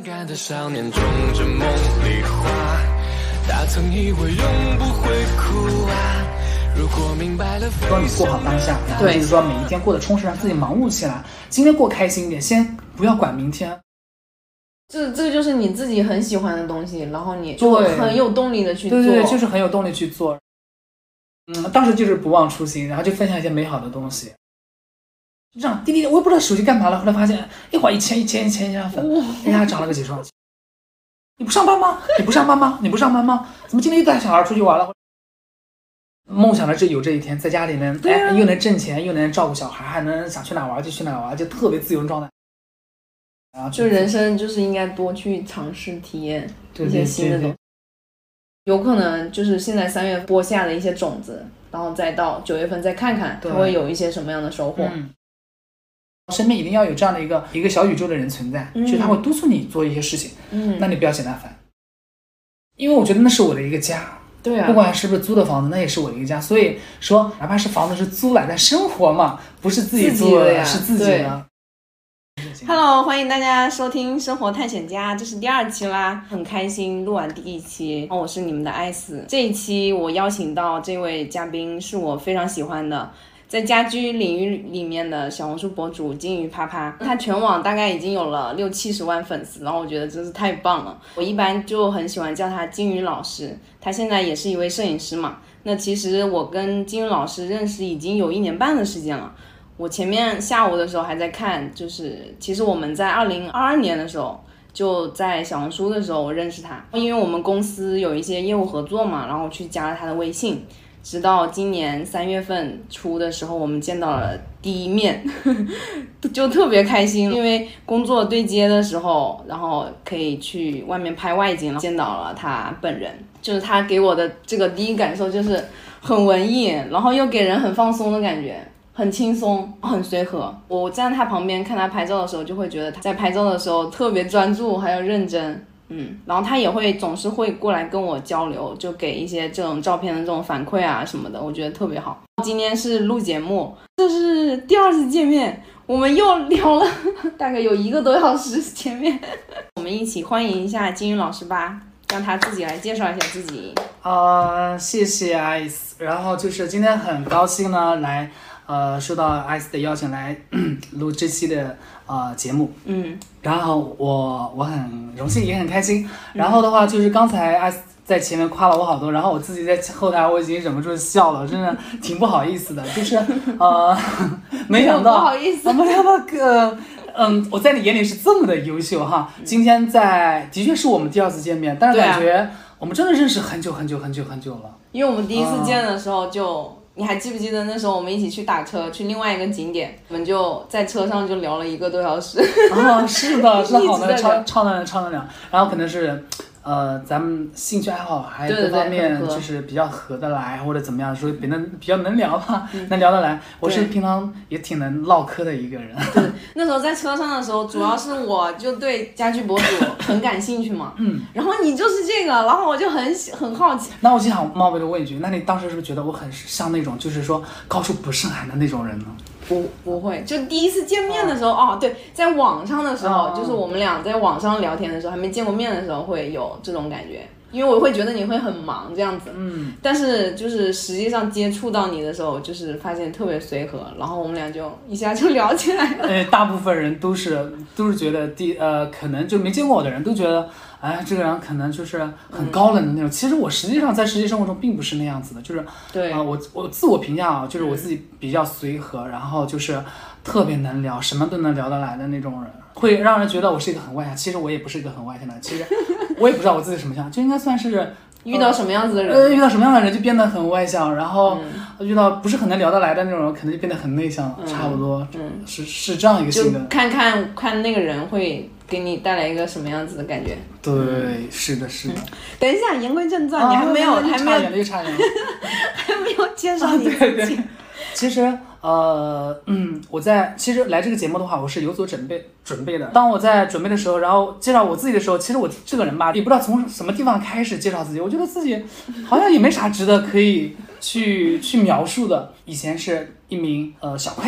感的少年种着梦里花，他曾以为永不会哭啊。如果明白了， 说你过好当下，然后就是说每一天过得充实，让自己忙碌起来。今天过开心一点，先不要管明天。 这就是你自己很喜欢的东西，然后你就很有动力的去做。 对，就是很有动力去做。当时就是不忘初心，然后就分享一些美好的东西。就这样，滴滴，我也不知道手机干嘛了，后来发现一会儿1000粉，人家涨了个几双。你不上班吗？你不上班吗？你不上班吗？怎么今天又带小孩出去玩了？梦想着有这一天，在家里能又能挣钱，又能照顾小孩，还能想去哪玩就去哪玩，就特别自由的状态。然后就人生就是应该多去尝试体验一些新的东西。有可能就是现在3月播下的一些种子，然后再到9月份再看看它会有一些什么样的收获。 身边一定要有这样的一个小宇宙的人存在，就是他会督促你做一些事情。那你不要嫌他烦，因为我觉得那是我的一个家。 对啊， 不管是不是租的房子，那也是我的一个家。所以说，哪怕是房子是租来的，生活嘛，不是自己租的，是自己的。 Hello， 欢迎大家收听《生活探险家》，这是第2期啦，很开心录完第1期。我是你们的艾斯。这一期我邀请到这位嘉宾是我非常喜欢的，在家居领域里面的小红书博主金鱼啪啪，他全网大概已经有了60-70万粉丝，然后我觉得真是太棒了。我一般就很喜欢叫他金鱼老师，他现在也是一位摄影师嘛。那其实我跟金鱼老师认识已经有1年半的时间了。我前面下午的时候还在看，就是其实我们在2022年的时候就在小红书的时候我认识他，因为我们公司有一些业务合作嘛，然后去加了他的微信，直到今年3月份初的时候我们见到了第一面就特别开心，因为工作对接的时候然后可以去外面拍外景，见到了他本人，就是他给我的这个第一感受就是很文艺，然后又给人很放松的感觉，很轻松，很随和。我站在他旁边看他拍照的时候，就会觉得他在拍照的时候特别专注，还有认真。然后他也会总是会过来跟我交流，就给一些这种照片的这种反馈啊什么的，我觉得特别好。今天是录节目，这是第2次见面，我们又聊了大概有1个多小时见面。我们一起欢迎一下金鱼老师吧，让他自己来介绍一下自己。 谢谢 Ice。然后就是今天很高兴呢来受到 Ice 的邀请来录这期的节目。然后我很荣幸也很开心。然后的话就是刚才 Ice 在前面夸了我好多，然后我自己在后台我已经忍不住笑了，真的挺不好意思的。就是没想到不好意思， 没想到我在你眼里是这么的优秀哈。今天的确是我们第2次见面，但是感觉我们真的认识很久了。因为我们第1次见的时候你还记不记得那时候我们一起去打车去另外一个景点，我们就在车上就聊了1个多小时。 是的，是好的，超能聊。然后可能是咱们兴趣爱好还有各方面就是比较合得来，或者怎么样，说比较能聊吧，能聊得来。我是平常也挺能唠嗑的一个人。 对，那时候在车上的时候，主要是我就对家居博主很感兴趣嘛。然后你就是这个，然后我就很好奇。 那我就想冒昧的问一句，那你当时是不是觉得我很像那种就是说高处不胜寒的那种人呢？ 不会，就第1次见面的时候对，在网上的时候，就是我们俩在网上聊天的时候，还没见过面的时候会有这种感觉，因为我会觉得你会很忙这样子。但是就是实际上接触到你的时候，就是发现特别随和，然后我们俩就一下就聊起来了。 大部分人都是觉得可能就没见过我的人都觉得这个人可能就是很高冷的那种。其实我实际上在实际生活中并不是那样子的，就是对我自我评价就是我自己比较随和，然后就是特别能聊，什么都能聊得来的那种人，会让人觉得我是一个很外向。其实我也不是一个很外向的人，其实我也不知道我自己什么样，就应该算是遇到什么样子的人， 遇到什么样的人就变得很外向，然后遇到不是很能聊得来的那种人，可能就变得很内向，差不多，是这样一个性格。 就看那个人会给你带来一个什么样子的感觉。 对，是的。 等一下，言归正传，你还没有又差远了还没有介绍你自己。 对，其实其实来这个节目的话，我是有所准备的。当我在准备的时候，然后介绍我自己的时候，其实我这个人吧，也不知道从什么地方开始介绍自己。我觉得自己好像也没啥值得可以去描述的。以前是一名小会计，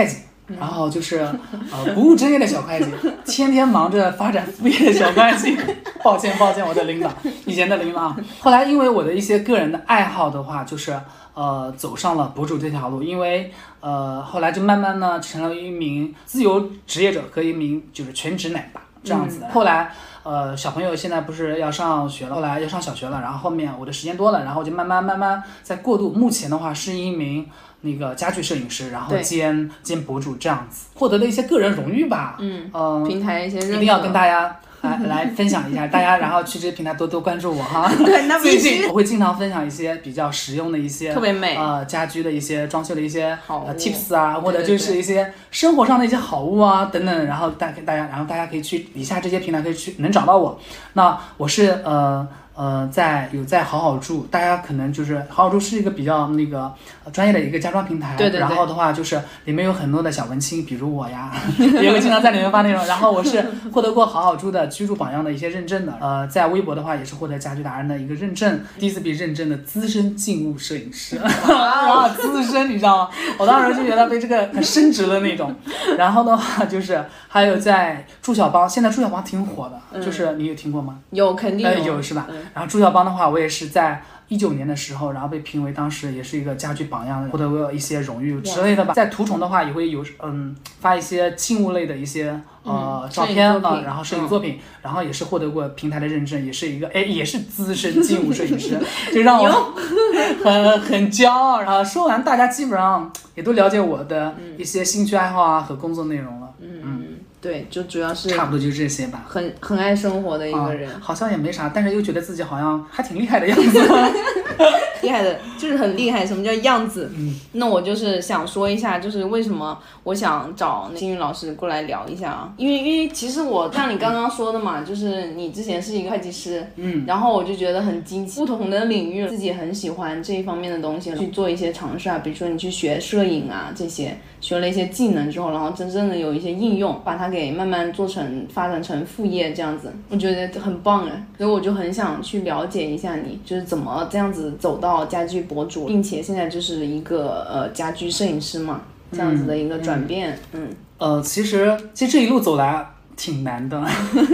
然后就是不务正业的小会计，天天忙着发展副业的小会计。抱歉，我的领导，以前的领导。后来因为我的一些个人的爱好的话，就是走上了博主这条路，因为后来就慢慢呢成了一名自由职业者和一名就是全职奶爸这样子的。后来小朋友现在不是要上学了，后来要上小学了，然后后面我的时间多了，然后我就慢慢在过渡。目前的话是一名那个家具摄影师，然后兼博主这样子，获得了一些个人荣誉吧。 平台一些认可， 一定要跟大家来分享一下，大家然后去这些平台多多关注我哈。 对，那必须。 我会经常分享一些比较实用的一些特别美家居的一些装修的一些tips 啊， 对对对， 或者就是一些生活上的一些好物啊等等，然后大家可以去以下这些平台可以去能找到我。那我是在好好住，大家可能就是好好住是一个比较那个专业的一个家装平台， 对。 然后的话就是里面有很多的小文青，比如我呀，也会经常在里面发内容。然后我是获得过好好住的居住榜样的一些认证的，在微博的话也是获得家居达人的一个认证，第一次被认证的资深静物摄影师，然后资深你知道吗？我当时就觉得被这个很升职的那种。然后的话就是还有在朱小邦，现在朱小邦挺火的，就是你有听过吗？ 有，肯定有， 有是吧？然后朱小邦的话，我也是在19年的时候，然后被评为当时也是一个家居榜样，获得过一些荣誉之类的吧。在途中的话，也会有发一些静物类的一些照片然后摄影作品，然后也是获得过平台的认证，也是一个也是资深静物摄影师，就让我很骄傲。然后说完，大家基本上也都了解我的一些兴趣爱好啊和工作内容了。 对，就主要是差不多就这些吧。 很爱生活的一个人， 好像也没啥，但是又觉得自己好像还挺厉害的样子。 厉害的，就是很厉害。什么叫样子？那我就是想说一下，就是为什么我想找星云老师过来聊一下啊？因为其实我像你刚刚说的嘛，就是你之前是一个会计师，然后我就觉得很惊奇，不同的领域自己很喜欢这一方面的东西，去做一些尝试啊，比如说你去学摄影啊这些。学了一些技能之后，然后真正的有一些应用，把它给慢慢发展成副业这样子，我觉得很棒哎，所以我就很想去了解一下你，就是怎么这样子走到家居博主，并且现在就是一个家居摄影师嘛，这样子的一个转变。 其实这一路走来挺难的。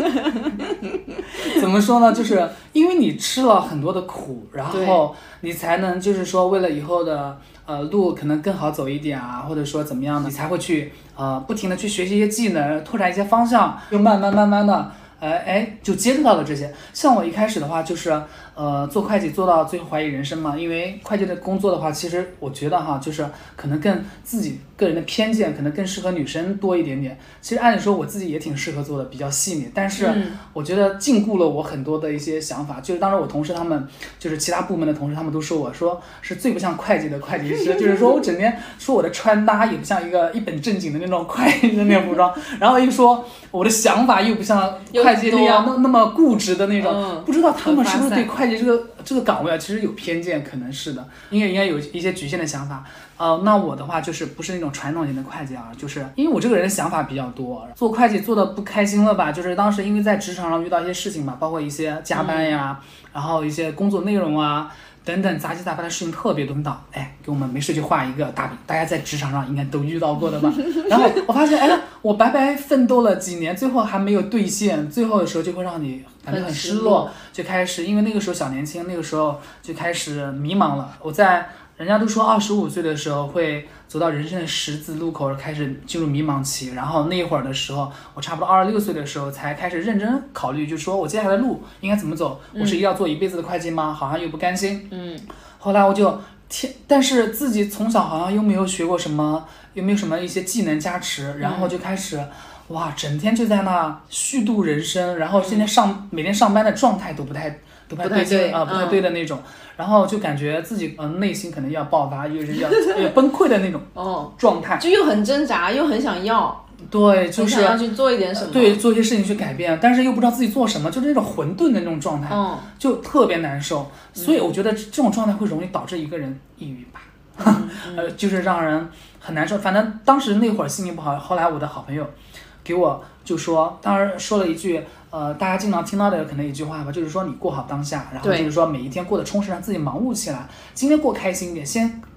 怎么说呢，就是因为你吃了很多的苦，然后你才能就是说为了以后的路可能更好走一点啊，或者说怎么样呢，你才会去不停的去学习一些技能，拓展一些方向，又慢慢的就接触到了这些。像我一开始的话就是做会计做到最后怀疑人生嘛，因为会计的工作的话，其实我觉得哈，就是可能更自己个人的偏见，可能更适合女生多一点点。其实按理说我自己也挺适合做的，比较细腻，但是我觉得禁锢了我很多的一些想法。就是当时我同事他们，就是其他部门的同事，他们都说我说是最不像会计的会计师，就是说我整天说我的穿搭也不像一本正经的那种会计的那种服装，然后又说我的想法又不像会计那样那么固执的那种，不知道他们是不是对会计这个岗位啊，其实有偏见，可能是的，应该有一些局限的想法。那我的话就是不是那种传统型的会计啊，就是因为我这个人的想法比较多，做会计做的不开心了吧，就是当时因为在职场上遇到一些事情嘛，包括一些加班呀，然后一些工作内容啊等等杂七杂八的事情特别多，给我们没事就画一个大饼，大家在职场上应该都遇到过的吧。然后我发现我白白奋斗了几年，最后还没有兑现，最后的时候就会让你感觉很失落，就开始因为那个时候小年轻，那个时候就开始迷茫了。人家都说25岁的时候会走到人生的十字路口，开始进入迷茫期，然后那一会儿的时候，我差不多26岁的时候才开始认真考虑，就说我接下来的路应该怎么走，我是要做一辈子的会计吗？好像又不甘心。后来我就但是自己从小好像又没有学过什么，又没有什么一些技能加持，然后就开始整天就在那虚度人生，然后现在每天上班的状态都不太对劲不太对的那种，然后就感觉自己内心可能要爆发，又是要崩溃的那种状态， 就又很挣扎，又很想要， 对，就是想要去做一点什么， 对，做一些事情去改变，但是又不知道自己做什么，就是那种混沌的那种状态，就特别难受。所以我觉得这种状态会容易导致一个人抑郁吧，就是让人很难受。反正当时那会儿心情不好，后来我的好朋友给我就说，当时说了一句大家经常听到的可能一句话吧，就是说你过好当下，然后就是说每一天过得充实，让自己忙碌起来，今天过开心一点，先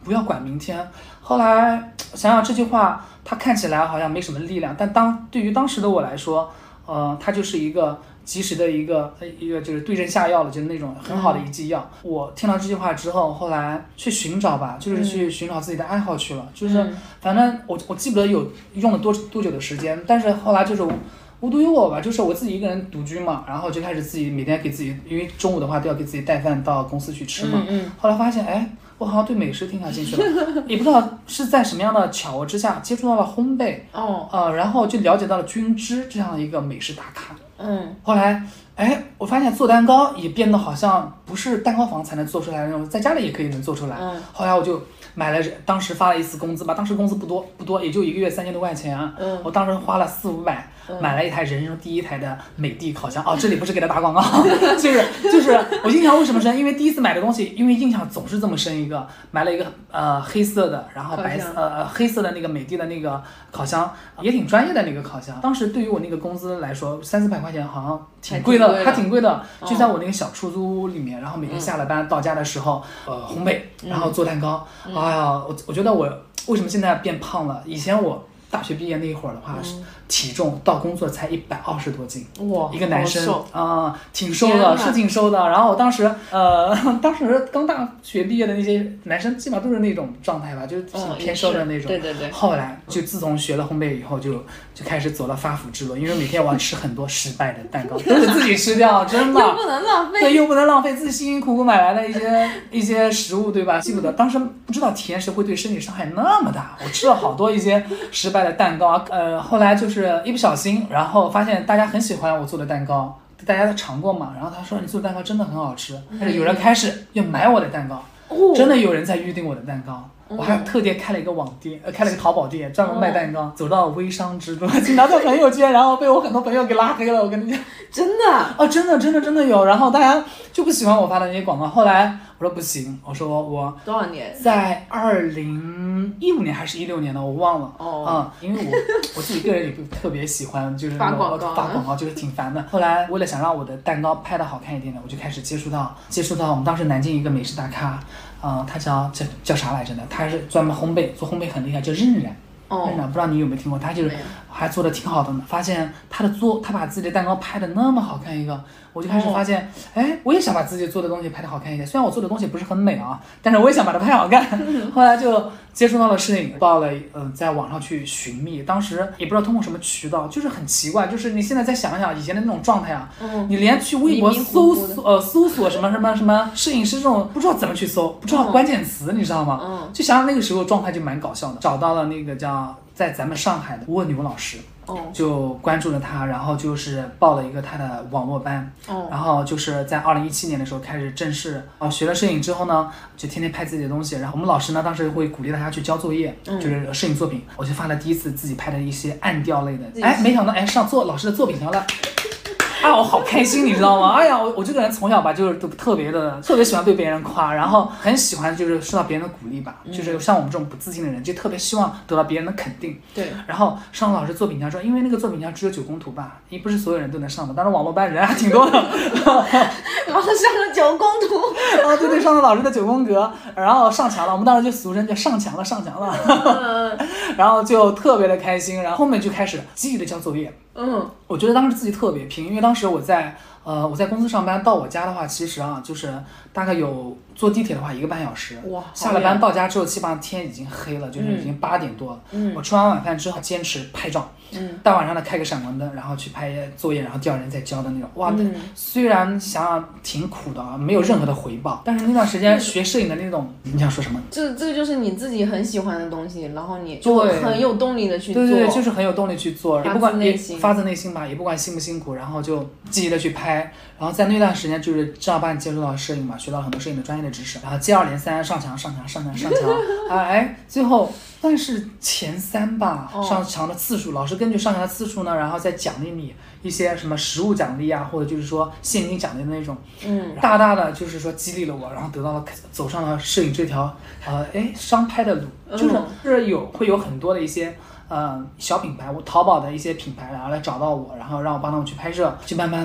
不要管明天。后来想想这句话，它看起来好像没什么力量，但对于当时的我来说，它就是一个及时的一个就是对症下药了，就是那种很好的一剂药。我听到这句话之后，后来去寻找吧，就是去寻找自己的爱好去了，就是反正我记不得有用了多久的时间，但是后来就是无独有偶吧，就是我自己一个人独居嘛，然后就开始自己每天给自己，因为中午的话都要给自己带饭到公司去吃嘛。后来发现，哎，我好像对美食挺感兴趣的，也不知道是在什么样的巧合之下接触到了烘焙，然后就了解到了君之这样的一个美食打卡。后来，哎，我发现做蛋糕也变得好像不是蛋糕房才能做出来的那种，在家里也可以能做出来。后来我就买了，当时发了一次工资吧，当时工资不多，也就一个月3000多块钱。我当时花了400-500。买了一台人生第一台的美的烤箱。这里不是给他打广告，就是我印象为什么深？因为第一次买的东西，因为印象总是这么深一个，买了一个黑色的，然后黑色的那个美的的那个烤箱，也挺专业的那个烤箱。当时对于我那个工资来说，300-400块钱好像挺贵的，还挺贵的。就在我那个小出租屋里面，然后每天下了班到家的时候，烘焙，然后做蛋糕。哎呀，我觉得我为什么现在变胖了？以前我大学毕业那一会儿的话，体重到工作才120多斤，哇，一个男生挺瘦的，是挺瘦的。然后我当时刚大学毕业的那些男生，基本上都是那种状态吧，就是偏瘦的那种。 对。 后来就自从学了烘焙以后，就开始走了发福之路，因为每天我要吃很多失败的蛋糕，都是自己吃掉，真的。 又不能浪费。 对，又不能浪费自己辛辛苦苦买来的一些食物，对吧？记不得当时不知道甜食会对身体伤害那么大，我吃了好多一些失败的蛋糕。后来就是一不小心，然后发现大家很喜欢我做的蛋糕，大家都尝过嘛，然后他说你做的蛋糕真的很好吃，但是有人开始要买我的蛋糕，真的有人在预定我的蛋糕。我还特地开了一个网店，开了一个淘宝店，专门卖蛋糕，走到微商之路，经常在朋友圈，然后被我很多朋友给拉黑了。我跟你讲， 真的真的有。然后大家就不喜欢我发的那些广告。后来我说不行，我说我多少年？ 在2015年还是16年的，我忘了。因为我自己个人也不特别喜欢，就是发广告就是挺烦的。后来为了想让我的蛋糕拍得好看一点的，我就开始接触到我们当时南京一个美食大咖。他叫啥来着呢？他是专门做烘焙很厉害，叫任然。不知道你有没有听过？他就是还做的挺好的呢。发现他把自己的蛋糕拍的那么好看一个，我就开始发现，我也想把自己做的东西拍的好看一点。虽然我做的东西不是很美啊，但是我也想把它拍好看。后来就接触到了摄影，到了在网上去寻觅。当时也不知道通过什么渠道，就是很奇怪，就是你现在再想想以前的那种状态啊，你连去微博搜索什么摄影师这种不知道怎么去搜，不知道关键词，你知道吗？就想想那个时候状态就蛮搞笑的。找到了那个叫在咱们上海的蜗牛老师。就关注了他，然后就是报了一个他的网络班，然后就是在2017年的时候开始正式学了摄影之后呢，就天天拍自己的东西。然后我们老师呢当时会鼓励大家去交作业，就是摄影作品。我就发了第一次自己拍的一些暗调类的，没想到上老师的作品条了。我好开心，你知道吗？哎呀，我这个人从小吧，就是都特别喜欢被别人夸，然后很喜欢就是受到别人的鼓励吧，就是像我们这种不自信的人，就特别希望得到别人的肯定。 对。然后上老师作品条说，因为那个作品条只有9宫图吧，也不是所有人都能上的，当时网络班人还挺多的。 然后上了9宫图。 对，上了老师的9宫格，然后上墙了，我们当时就俗称叫上墙了。然后就特别的开心，然后后面就开始积极的交作业。我觉得当时自己特别拼，因为当时我在公司上班，到我家的话，其实就是大概有坐地铁的话1个半小时。哇！下了班到家之后，基本上天已经黑了，就是已经8点多了。我吃完晚饭之后坚持拍照。大晚上的开个闪光灯，然后去拍作业，然后第2天再交的那种。哇！虽然想想挺苦的啊，没有任何的回报，但是那段时间学摄影的那种，你想说什么？ 这个就是你自己很喜欢的东西，然后你就很有动力的去做。 对，就是很有动力去做，也不管发自内心吧，也不管辛不辛苦，然后就积极的去拍。然后在那段时间就是正儿八经接触到摄影嘛，学到了很多摄影的专业的知识，然后接二连三上墙，最后算是前3吧，上墙的次数，老师根据上墙的次数呢，然后再奖励你一些什么实物奖励啊，或者就是说现金奖励的那种，大大的就是说激励了我，然后得到了走上了摄影这条商拍的路，就是会有很多的一些小品牌，我淘宝的一些品牌，然后来找到我，然后让我帮他们去拍摄，就慢慢的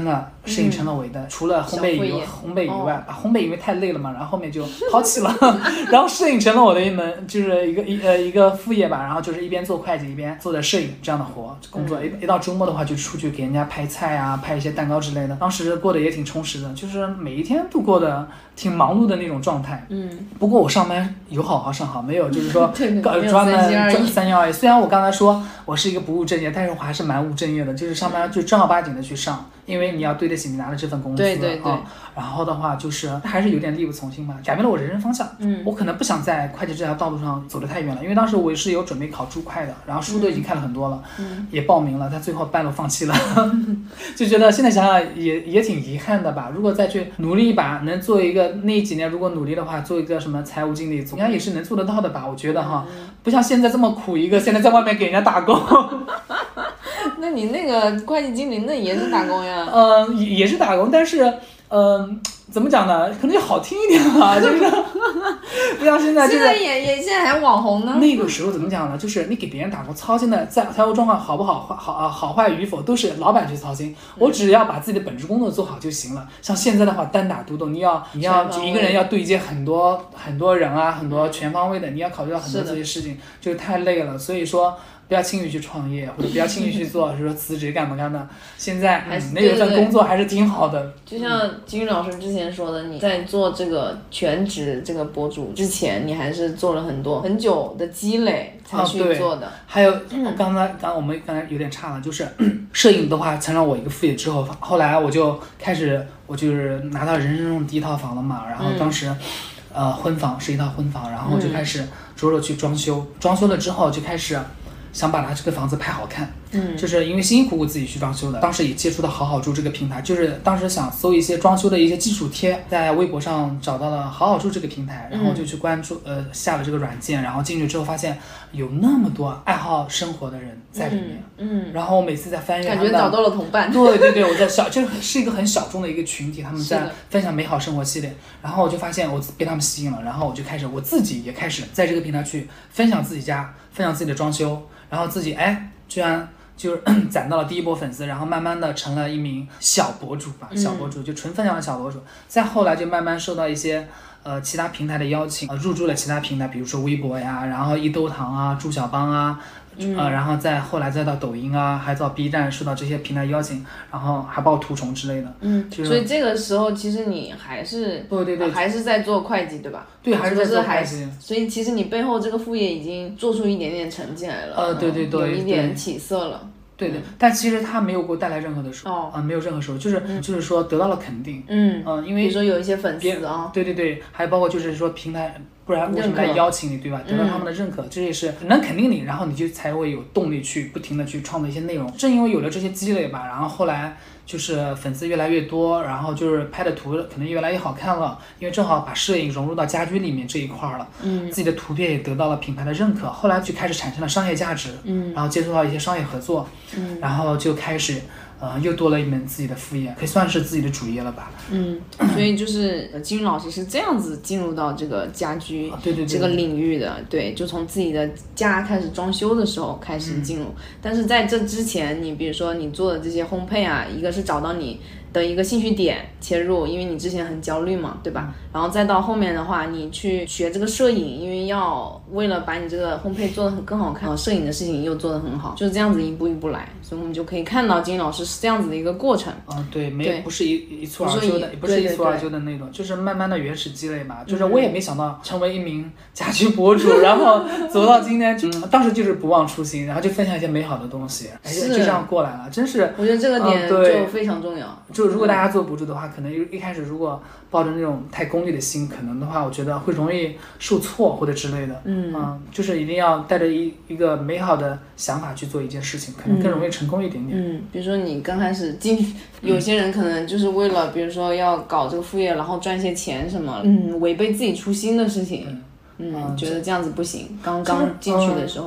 摄影成了我的，除了烘焙以外，烘焙因为太累了嘛，然后后面就抛弃了。然后摄影成了我的一门，就是一个副业吧。然后就是一边做会计一边做的摄影这样的活工作。一到周末的话就出去给人家拍菜啊，拍一些蛋糕之类的。当时过得也挺充实的，就是每一天都过得挺忙碌的那种状态。不过我上班有好好上好，没有就是说专门三心二意。虽然我刚才说我是一个不务正业，但是我还是蛮务正业的，就是上班就正儿八经的去上。因为你要对得起你拿的这份工资， 对然后的话就是还是有点力不从心吧，改变了我人生方向。我可能不想在会计这条道路上走得太远了，因为当时我是有准备考注会的，然后书都已经看了很多了，也报名了，但最后半路放弃了。就觉得现在想想也挺遗憾的吧。如果再去努力一把，能做一个那几年如果努力的话，做一个什么财务经理，应该也是能做得到的吧。我觉得不像现在这么苦，现在在外面给人家打工。 那你那个会计经理那也是打工呀？ 也是打工，但是怎么讲呢？可能就好听一点吧，就是不像现在就是。 现在还网红呢。 那个时候怎么讲呢？就是你给别人打工，操心的财务状况好不好，好坏与否都是老板去操心，我只要把自己的本职工作做好就行了。像现在的话，单打独斗，你要一个人要对接很多人啊，很多全方位的，你要考虑到很多这些事情，就太累了。所以说。不要轻易去创业，或者不要轻易去做，说辞职干嘛干嘛。现在那有份工作还是挺好的。 就像金宇老师之前说的，你在做这个全职这个博主之前，你还是做了很久的积累才去做的。 还有我们刚才有点差了，就是摄影的话成了我一个副业之后，后来我就是拿到人生中第一套房了嘛，然后当时。婚房是一套婚房，然后就开始着手去装修，装修了之后就开始想把它这个房子拍好看，就是因为辛辛苦苦自己去装修的。当时也接触到好好住这个平台，就是当时想搜一些装修的一些基础贴，在微博上找到了好好住这个平台，然后就去关注，下了这个软件，然后进去之后发现有那么多爱好生活的人在里面，然后我每次在翻阅他们， 感觉找到了同伴。 对，我在就是一个很小众的一个群体，他们在分享美好生活系列，然后我就发现我被他们吸引了，然后我就开始我自己也开始在这个平台去分享自己家，分享自己的装修。然后自己居然就是攒到了第一波粉丝，然后慢慢的成了一名小博主吧，小博主就纯分享的小博主。再后来就慢慢受到一些其他平台的邀请，入驻了其他平台，比如说微博呀，然后一兜堂啊，猪小帮啊。然后后来再到抖音啊，还到 B 站，受到这些平台邀请，然后还包括图虫之类的。 所以这个时候其实你还是对， 还是在做会计对吧？ 对，还是在做会计。 所以其实你背后这个副业已经做出一点点成绩来了。 对， 有一点起色了。 对，但其实它没有给我带来任何的收入没有任何收入，就是说得到了肯定。因为比如说有一些粉丝啊。 对，还包括就是说平台。不然为什么来邀请你，对吧？得到他们的认可，这也是能肯定你，然后你就才会有动力去不停的去创造一些内容。正因为有了这些积累吧，然后后来就是粉丝越来越多，然后就是拍的图可能越来越好看了，因为正好把摄影融入到家居里面这一块了，自己的图片也得到了品牌的认可，后来就开始产生了商业价值，然后接触到一些商业合作，然后就开始。又多了一门自己的副业，可以算是自己的主业了吧。 所以就是金宇老师是这样子进入到这个家居这个领域的，对，就从自己的家开始装修的时候开始进入。但是在这之前，你比如说你做的这些烘焙啊，一个是找到你的一个兴趣点切入，因为你之前很焦虑嘛，对吧？然后再到后面的话，你去学这个摄影，因为为了把你这个烘焙做得更好看，摄影的事情又做得很好，就是这样子一步一步来，所以我们就可以看到金老师是这样子的一个过程。 对，不是一蹴而就的，不是一蹴而就的那种，就是慢慢的原始积累吧。就是我也没想到成为一名家居博主，然后走到今天，当时就是不忘初心，然后就分享一些美好的东西，就这样过来了，真是。 我觉得这个点就非常重要。 就如果大家做博主的话，可能一开始如果抱着那种太功利的心，可能的话，我觉得会容易受挫或者之类的。就是一定要带着一个美好的想法去做一件事情，可能更容易成功一点点。 比如说你刚开始有些人可能就是为了，比如说要搞这个副业，然后赚些钱什么，违背自己初心的事情，觉得这样子不行。刚进去的时候。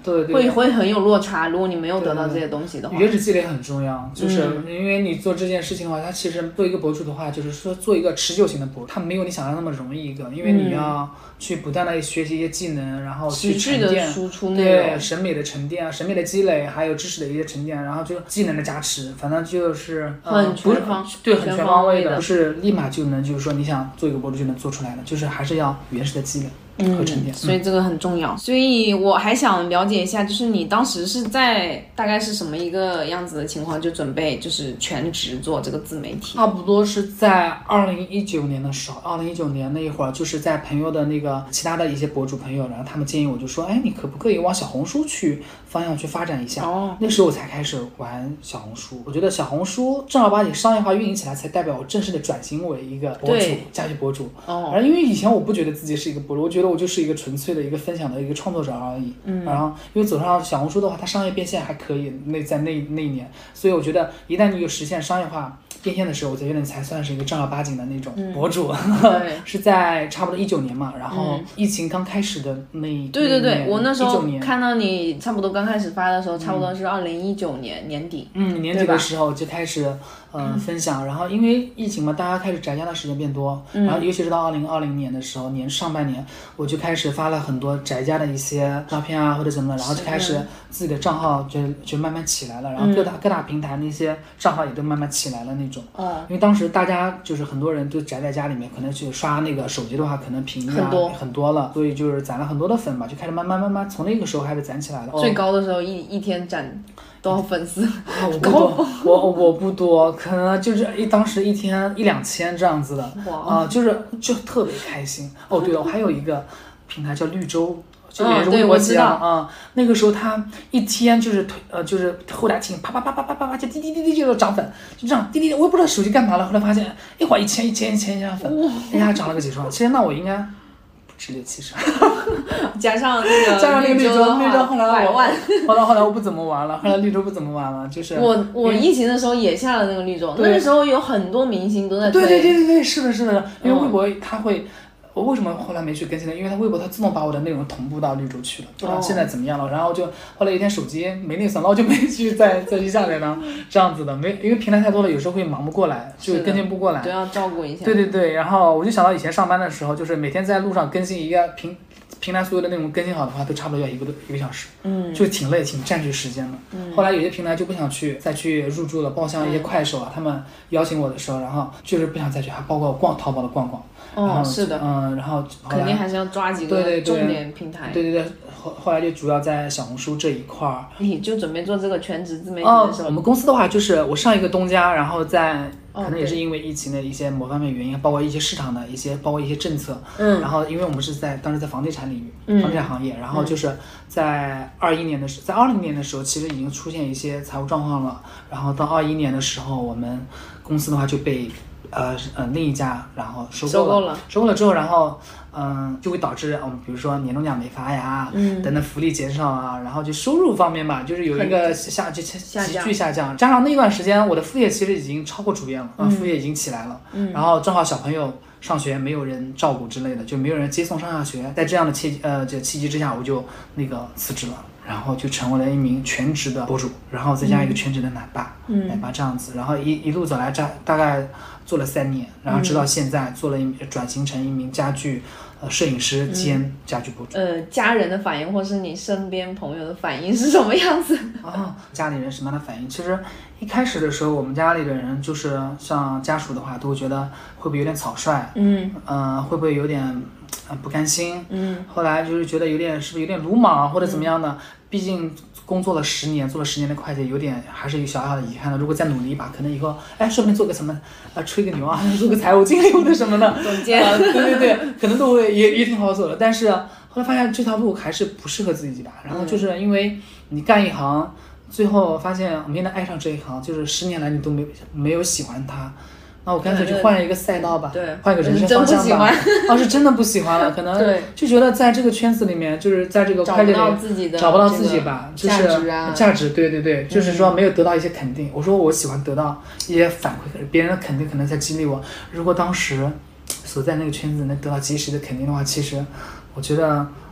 对对， 会很有落差。如果你没有得到这些东西的话， 原始积累很重要，就是因为你做这件事情的话，它其实做一个博主的话，就是说做一个持久型的博主，它没有你想象那么容易一个，因为你要去不断的学习一些技能，然后去沉淀， 输出内容， 对审美的沉淀、审美的积累，还有知识的一些沉淀，然后就技能的加持，反正就是很全方， 对，很全方位的，不是立马就能就是说你想做一个博主就能做出来的，就是还是要原始的积累。和沉淀， 所以这个很重要。所以我还想了解一下，就是你当时是在大概是什么一个样子的情况，就准备就是全职做这个自媒体？ 差不多是在2019年的时候，2019年那一会儿，就是在朋友的那个其他的一些博主朋友，然后他们建议我就说，哎，你可不可以往小红书去方向去发展一下？那时候我才开始玩小红书。我觉得小红书正儿八经商业化运营起来，才代表我正式的转型为一个博主，家居博主。然后因为以前我不觉得自己是一个博主，我觉得我就是一个纯粹的一个分享的一个创作者而已。然后因为走上小红书的话，它商业变现还可以，在那一年，所以我觉得一旦你有实现商业化变现的时候，我觉得你才算是一个正儿八经的那种博主。是在差不多19年嘛，然后疫情刚开始的那一对，我那时候看到你差不多刚开始发的时候，差不多是2019年年底。 年底的时候就开始分享，然后因为疫情嘛，大家开始宅家的时间变多，然后尤其是到2020年的时候，上半年我就开始发了很多宅家的一些照片啊或者什么的，然后就开始自己的账号就慢慢起来了，然后各大平台那些账号也都慢慢起来了那种。因为当时大家就是很多人都宅在家里面，可能去刷那个手机的话，可能屏幕很多了，所以就是攒了很多的粉吧，就开始慢慢从那个时候开始攒起来了。 最高的时候一天攒多少粉丝？ 我不多，我不多，可能就是当时一天1-2千这样子的。就特别开心。对了，我还有一个平台叫绿洲。就也是微博起来那个时候他一天就是后台听啪就滴滴就涨粉，就这样滴滴，我也不知道手机干嘛了，后来发现一会儿1000粉，一下涨了个几十万。其实那我应该不止6-7十， 加上那个绿洲，后来我不怎么玩了，就是我疫情的时候也下了那个绿洲，那个时候有很多明星都在推。 对，是的，因为微博它会。我为什么后来没去更新呢？因为它微博它自动把我的内容同步到绿洲去了，不知道现在怎么样了。然后就后来一天手机没内存了，我就没去再去下载了，这样子的。因为平台太多了，有时候会忙不过来，就更新不过来， 都要照顾一下。 对，然后我就想到以前上班的时候，就是每天在路上更新一个平台所有的内容更新好的话，都差不多要一个小时，就挺累，挺占据时间的。后来有些平台就不想再去入驻了，包括像一些快手啊，他们邀请我的时候，然后就是不想再去，还包括淘宝的逛。 是的， 然后肯定还是要抓几个重点平台。 对，后来就主要在小红书这一块儿。 你就准备做这个全职自媒体的时候， 我们公司的话就是我上一个东家，然后可能也是因为疫情的一些某方面原因，包括一些市场的包括一些政策，然后因为我们是当时在房地产领域，房地产行业，然后就是在20年的时候，其实已经出现一些财务状况了，然后到21年的时候，我们公司的话就被另一家然后收购了之后，然后就会导致比如说年终奖没发呀，等等福利减少啊，然后就收入方面吧，就是有一个急剧下降，加上那段时间我的副业其实已经超过主业了，副业已经起来了，然后正好小朋友上学没有人照顾之类的，就没有人接送上下学，在这样的契机之下，我就辞职了。然后就成为了一名全职的博主，然后再加一个全职的奶爸这样子，然后一路走来大概做了3年，然后直到现在转型成一名家具摄影师兼家具博主。 家人的反应或是你身边朋友的反应是什么样子？ 家里人什么样的反应？其实一开始的时候，我们家里的人就是像家属的话，都会觉得会不会有点草率，会不会有点不甘心，后来就是觉得是不是有点鲁莽或者怎么样的，毕竟工作了10年，做了10年的会计，还是有小小的遗憾的。如果再努力一把，可能以后说不定做个什么吹个牛啊，做个财务经理或者什么的， 总监， 对，可能都会也挺好走的。但是后来发现这条路还是不适合自己吧。然后就是因为你干一行，最后发现我没能爱上这一行，就是10年来你都没有喜欢它。那我干脆就换一个赛道吧，换一个人生方向吧。是真的不喜欢了，可能就觉得在这个圈子里面，就是在这个会计里找不到自己吧，就是价值，对，就是说没有得到一些肯定。我说我喜欢得到一些反馈，别人的肯定可能在激励我。如果当时所在那个圈子能得到及时的肯定的话，其实我觉得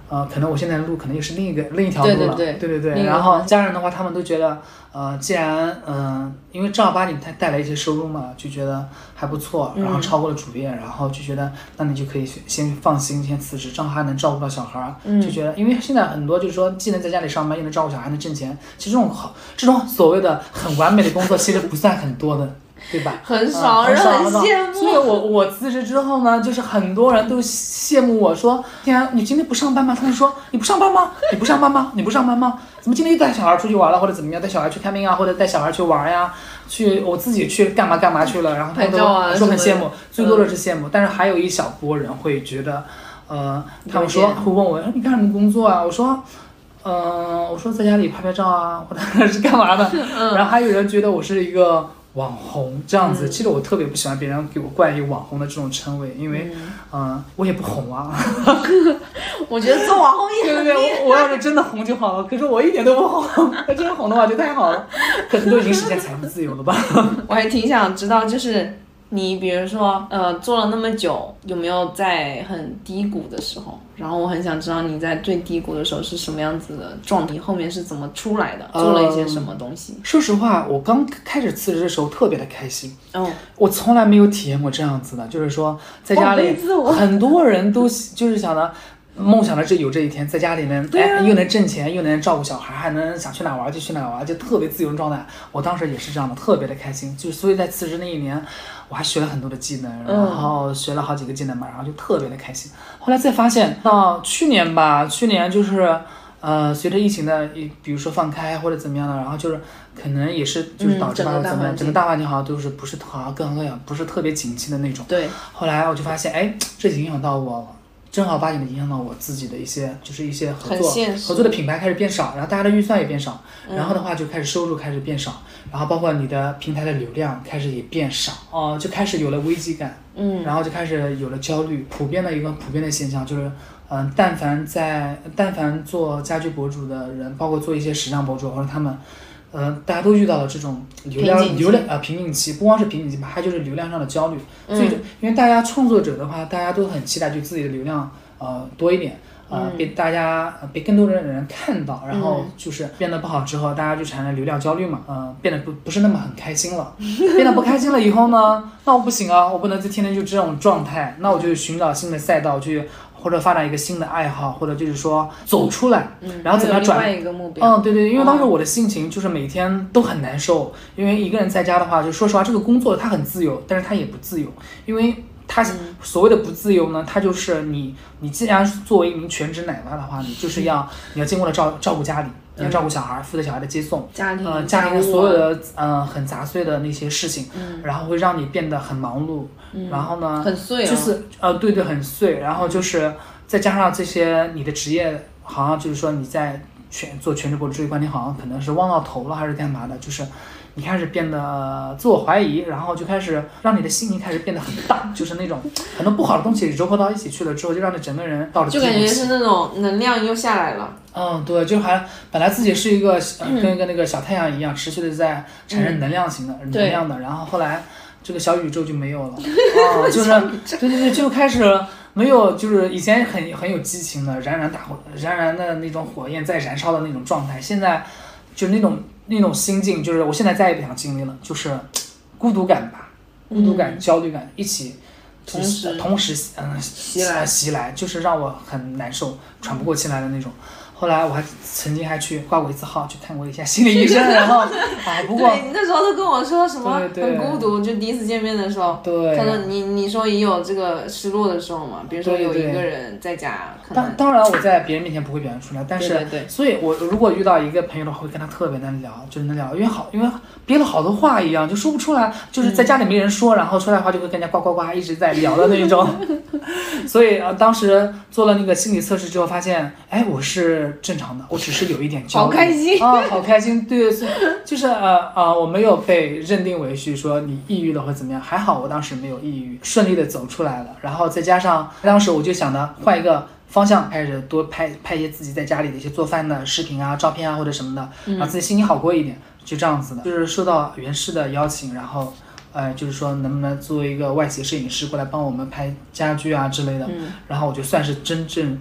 可能我现在的路可能又是另一条路了，对。然后家人的话，他们都觉得，既然因为正儿八经它带来一些收入嘛，就觉得还不错，然后超过了主业，然后就觉得那你就可以先放心，先辞职，正好还能照顾到小孩，就觉得，因为现在很多就是说，既能在家里上班，又能照顾小孩，还能挣钱，其实这种所谓的很完美的工作，其实不算很多的。对吧？ 很少人很羡慕。 所以我辞职之后呢，就是很多人都羡慕我说：“天，你今天不上班吗？”他们说：“你不上班吗？你不上班吗？你不上班吗？怎么今天又带小孩出去玩了，或者怎么样？带小孩去看病啊，或者带小孩去玩呀？我自己去干嘛去了？”然后他们都说很羡慕，最多的是羡慕。但是还有一小波人会觉得，他们说会问我：“你干什么工作啊？”我说在家里拍照啊，或者是干嘛的。然后还有人觉得我是一个网红这样子，其实我特别不喜欢别人给我冠以网红的这种称谓，因为，我也不红啊。 我觉得做网红也很厉害。 对，我要是真的红就好了，可是我一点都不红。要真红的话就太好了，可能都已经实现财富自由了吧。 我还挺想知道，就是你比如说，做了那么久，有没有在很低谷的时候？然后我很想知道你在最低谷的时候是什么样子的状态，后面是怎么出来的，做了一些什么东西。 说实话，我刚开始辞职的时候特别的开心。我从来没有体验过这样子的，就是说在家里，很多人都就是想的。梦想着有这一天，在家里面，又能挣钱，又能照顾小孩，还能想去哪玩就去哪玩，就特别自由的状态。我当时也是这样的，特别的开心。所以在辞职那一年，我还学了很多的技能，然后学了好几个技能嘛，然后就特别的开心。后来再发现，到去年就是随着疫情的，比如说放开或者怎么样的，然后就是可能也是就是导致整个大环境好像都是不是好像各行各业不是特别景气的那种。 对。 后来我就发现，这影响到我了。正儿八经的影响到我自己的一些合作的品牌开始变少，然后大家的预算也变少，然后的话就开始收入开始变少，然后包括你的平台的流量开始也变少，就开始有了危机感，然后就开始有了焦虑，普遍的现象就是，但凡做家居博主的人，包括做一些时尚博主或者他们。大家都遇到了这种流量瓶颈期，不光是瓶颈期吧，还就是流量上的焦虑。所以因为大家创作者的话，大家都很期待就自己的流量多一点，被更多的人看到，然后就是变得不好之后，大家就产生流量焦虑嘛，变得不是那么很开心了。变得不开心了以后呢，那我不行啊，我不能就天天就这种状态，那我就寻找新的赛道去。或者发展一个新的爱好，或者就是说走出来，然后怎么样转另外一个目标。 对，因为当时我的心情就是每天都很难受，因为一个人在家的话，就说实话，这个工作它很自由，但是它也不自由，因为它所谓的不自由呢，它就是你既然作为一名全职奶妈的话，你就是你要兼顾的照顾家里。你要照顾小孩，负责小孩的接送，家庭的所有的很杂碎的那些事情，然后会让你变得很忙碌，然后呢， 很碎， 就是对，很碎，然后就是再加上这些你的职业，好像就是说你在做全职博主这一块，你好像可能是忘到头了还是干嘛的，就是你开始变得自我怀疑，然后就开始让你的心情开始变得很大，就是那种很多不好的东西糅合到一起去了之后，就让你整个人到了就感觉是那种能量又下来了。 对，就本来自己是一个跟一个那个小太阳一样，持续的在产生能量型的能量的，然后后来这个小宇宙就没有了，就是对，就开始没有，就是以前很有激情的燃燃的那种火焰在燃烧的那种状态，现在就那种心境，就是我现在再也不想经历了，就是孤独感吧，焦虑感一起同时袭来，就是让我很难受，喘不过气来的那种。后来我还曾经去挂过一次号，去看过一下心理医生，然后不过对你那时候都跟我说什么很孤独，就第一次见面的时候， 对， 可能你说也有这个失落的时候嘛，比如说有一个人在家， 当然我在别人面前不会表现出来，但是对， 所以我如果遇到一个朋友的话，会跟他特别能聊，就是能聊，因为憋了好多话一样，就说不出来，就是在家里没人说，然后出来的话就会跟人家呱呱呱一直在聊的那种。所以当时做了那个心理测试之后，发现我是正常的，我只是有一点焦虑。 好开心好开心，对，就是我没有被认定为是说你抑郁了或怎么样，还好我当时没有抑郁，顺利的走出来了。然后再加上当时我就想着换一个方向，开始多拍一些自己在家里的一些做饭的视频啊、照片啊或者什么的，让自己心情好过一点，就这样子的。就是受到袁氏的邀请，然后就是说能不能作为一个外企摄影师过来帮我们拍家居啊之类的，然后我就算是真正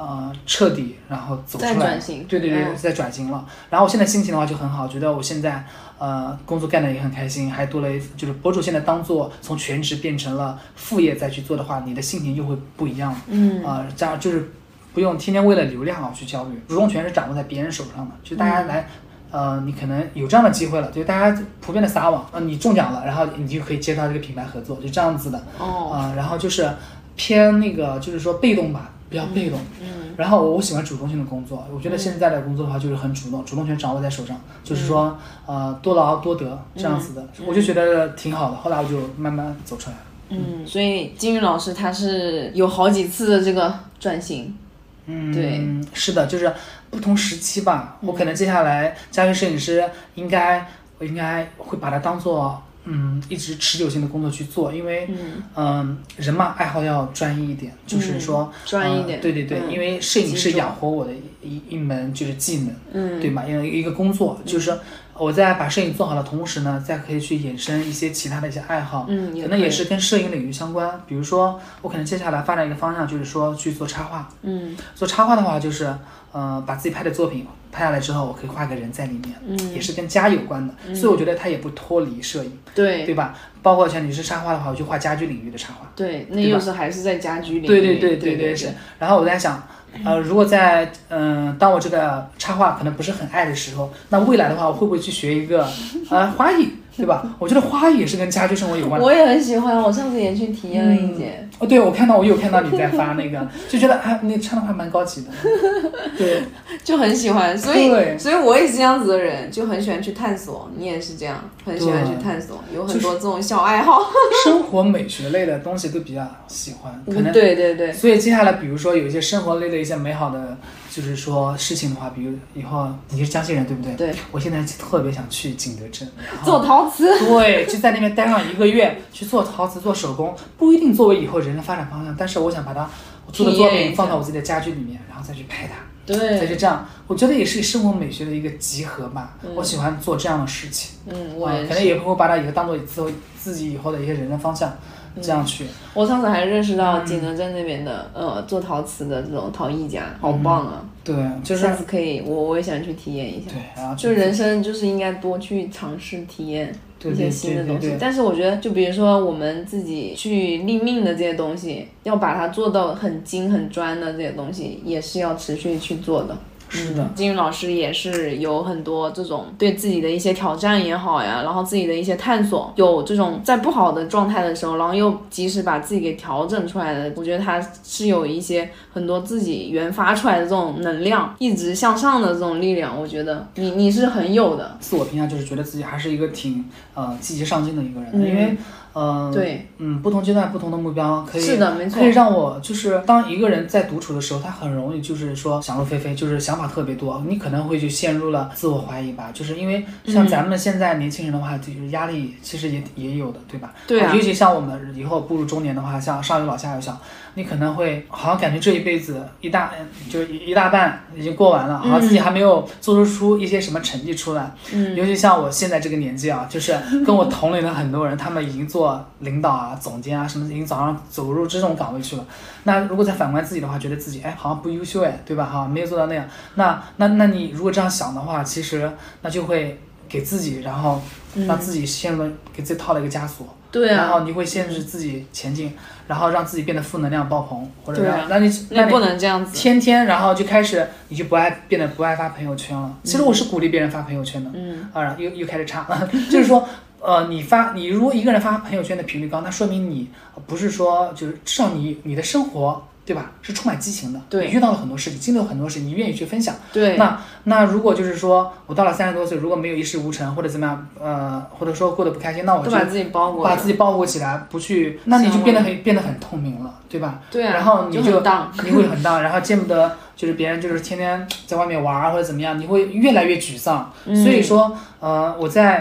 彻底然后走出来， 再转型， 对，再转型了。然后我现在心情的话就很好，觉得我现在工作干得也很开心，还多了就是博主现在当做从全职变成了副业再去做的话，你的心情又会不一样。这样就是不用天天为了流量去焦虑，主动权是掌握在别人手上的，就大家来。你可能有这样的机会了，就大家普遍的撒网，你中奖了，然后你就可以接到这个品牌合作，就这样子的。然后就是偏那个，就是说被动吧，比较被动。然后我喜欢主动性的工作，我觉得现在的工作的话就是很主动，主动权掌握在手上，就是说多劳多得这样子的，我就觉得挺好的。后来我就慢慢走出来了。 所以金宇老师他是有好几次的这个转型。对， 是的，就是不同时期吧。我可能接下来家居摄影师我应该会把它当做一直持久性的工作去做，因为人嘛，爱好要专一一点，就是说专一一点。 对，因为摄影是养活我的一门就是技能，对吧？一个工作，就是我在把摄影做好的同时呢，再可以去衍生一些其他的一些爱好，可能也是跟摄影领域相关。比如说，我可能接下来发展一个方向，就是说去做插画。做插画的话，就是把自己拍的作品拍下来之后，我可以画个人在里面，也是跟家有关的，所以我觉得它也不脱离摄影，对吧？包括像你是插画的话，我就画家居领域的插画， 对，那又是还是在家居领域， 对是。然后我在想。如果在当我这个插画可能不是很爱的时候，那未来的话，我会不会去学一个花艺，对吧？我觉得花艺也是跟家居生活有关的。 我也很喜欢，我上次也去体验了一节。 对，我有看到你在发那个，就觉得你唱的话蛮高级的，对， 就很喜欢。所以我也是这样子的人，就很喜欢去探索。你也是这样，很喜欢去探索，有很多这种小爱好。 生活美学类的东西都比较喜欢，可能对。 所以接下来，比如说有一些生活类的一些美好的，就是说事情的话，比如以后你是江西人对不对？ 对。 我现在特别想去景德镇做陶瓷。 对，就在那边待上1个月，去做陶瓷、做手工，不一定作为以后人的发展方向，但是我想把我做的作品放到我自己的家居里面，然后再去拍它。 对， 再去这样，我觉得也是生活美学的一个集合吧。我喜欢做这样的事情。 我也是。 可能也会把它以后当做自己以后的一些人生方向。这样去， 我上次还认识到景德镇那边的做陶瓷的这种陶艺家，好棒啊！ 对，就是下次可以，我也想去体验一下。 对，然后就人生就是应该多去尝试体验一些新的东西。但是我觉得，就比如说我们自己去立命的这些东西，要把它做到很精很专的这些东西，也是要持续去做的。 是的， 金宇老师也是有很多这种对自己的一些挑战也好呀，然后自己的一些探索，有这种在不好的状态的时候，然后又及时把自己给调整出来的。我觉得他是有一些很多自己研发出来的这种能量，一直向上的这种力量。我觉得你是很有的。 自我评价就是觉得自己还是一个挺积极上进的一个人，因为对， 不同阶段不同的目标可以是的，没错， 可以让我就是当一个人在独处的时候，他很容易就是说想入非非，就是想法特别多，你可能会就陷入了自我怀疑吧，就是因为像咱们现在年轻人的话，就是压力其实也有的，对吧？ 对啊， 尤其像我们以后步入中年的话，像上有老下有小，你可能会好像感觉这一辈子一大半已经过完了，好像自己还没有做出一些什么成绩出来。尤其像我现在这个年纪啊，就是跟我同龄的很多人，他们已经做领导啊、总监啊什么，已经早上走入这种岗位去了。那如果再反观自己的话，觉得自己好像不优秀对吧？没有做到那样。那你如果这样想的话，其实那就会给自己，然后让自己陷入给自己套了一个枷锁。 对啊， 然后你会限制自己前进，然后让自己变得负能量爆棚，或者那你不能这样子， 天天然后就开始你就变得不爱发朋友圈了。其实我是鼓励别人发朋友圈的，又开始插了，就是说你如果一个人发朋友圈的频率高，那说明你不是说就是至少你的生活。对吧？是充满激情的， 对， 你遇到了很多事情，经历了很多事情，你愿意去分享， 对。 那如果就是说我到了30多岁，如果没有一事无成或者怎么样，或者说过得不开心，那我就把自己包裹起来，不去，那你就变得很透明了，对吧？ 对啊。 然后你会很荡，然后见不得就是别人就是天天在外面玩或者怎么样，你会越来越沮丧。所以说我在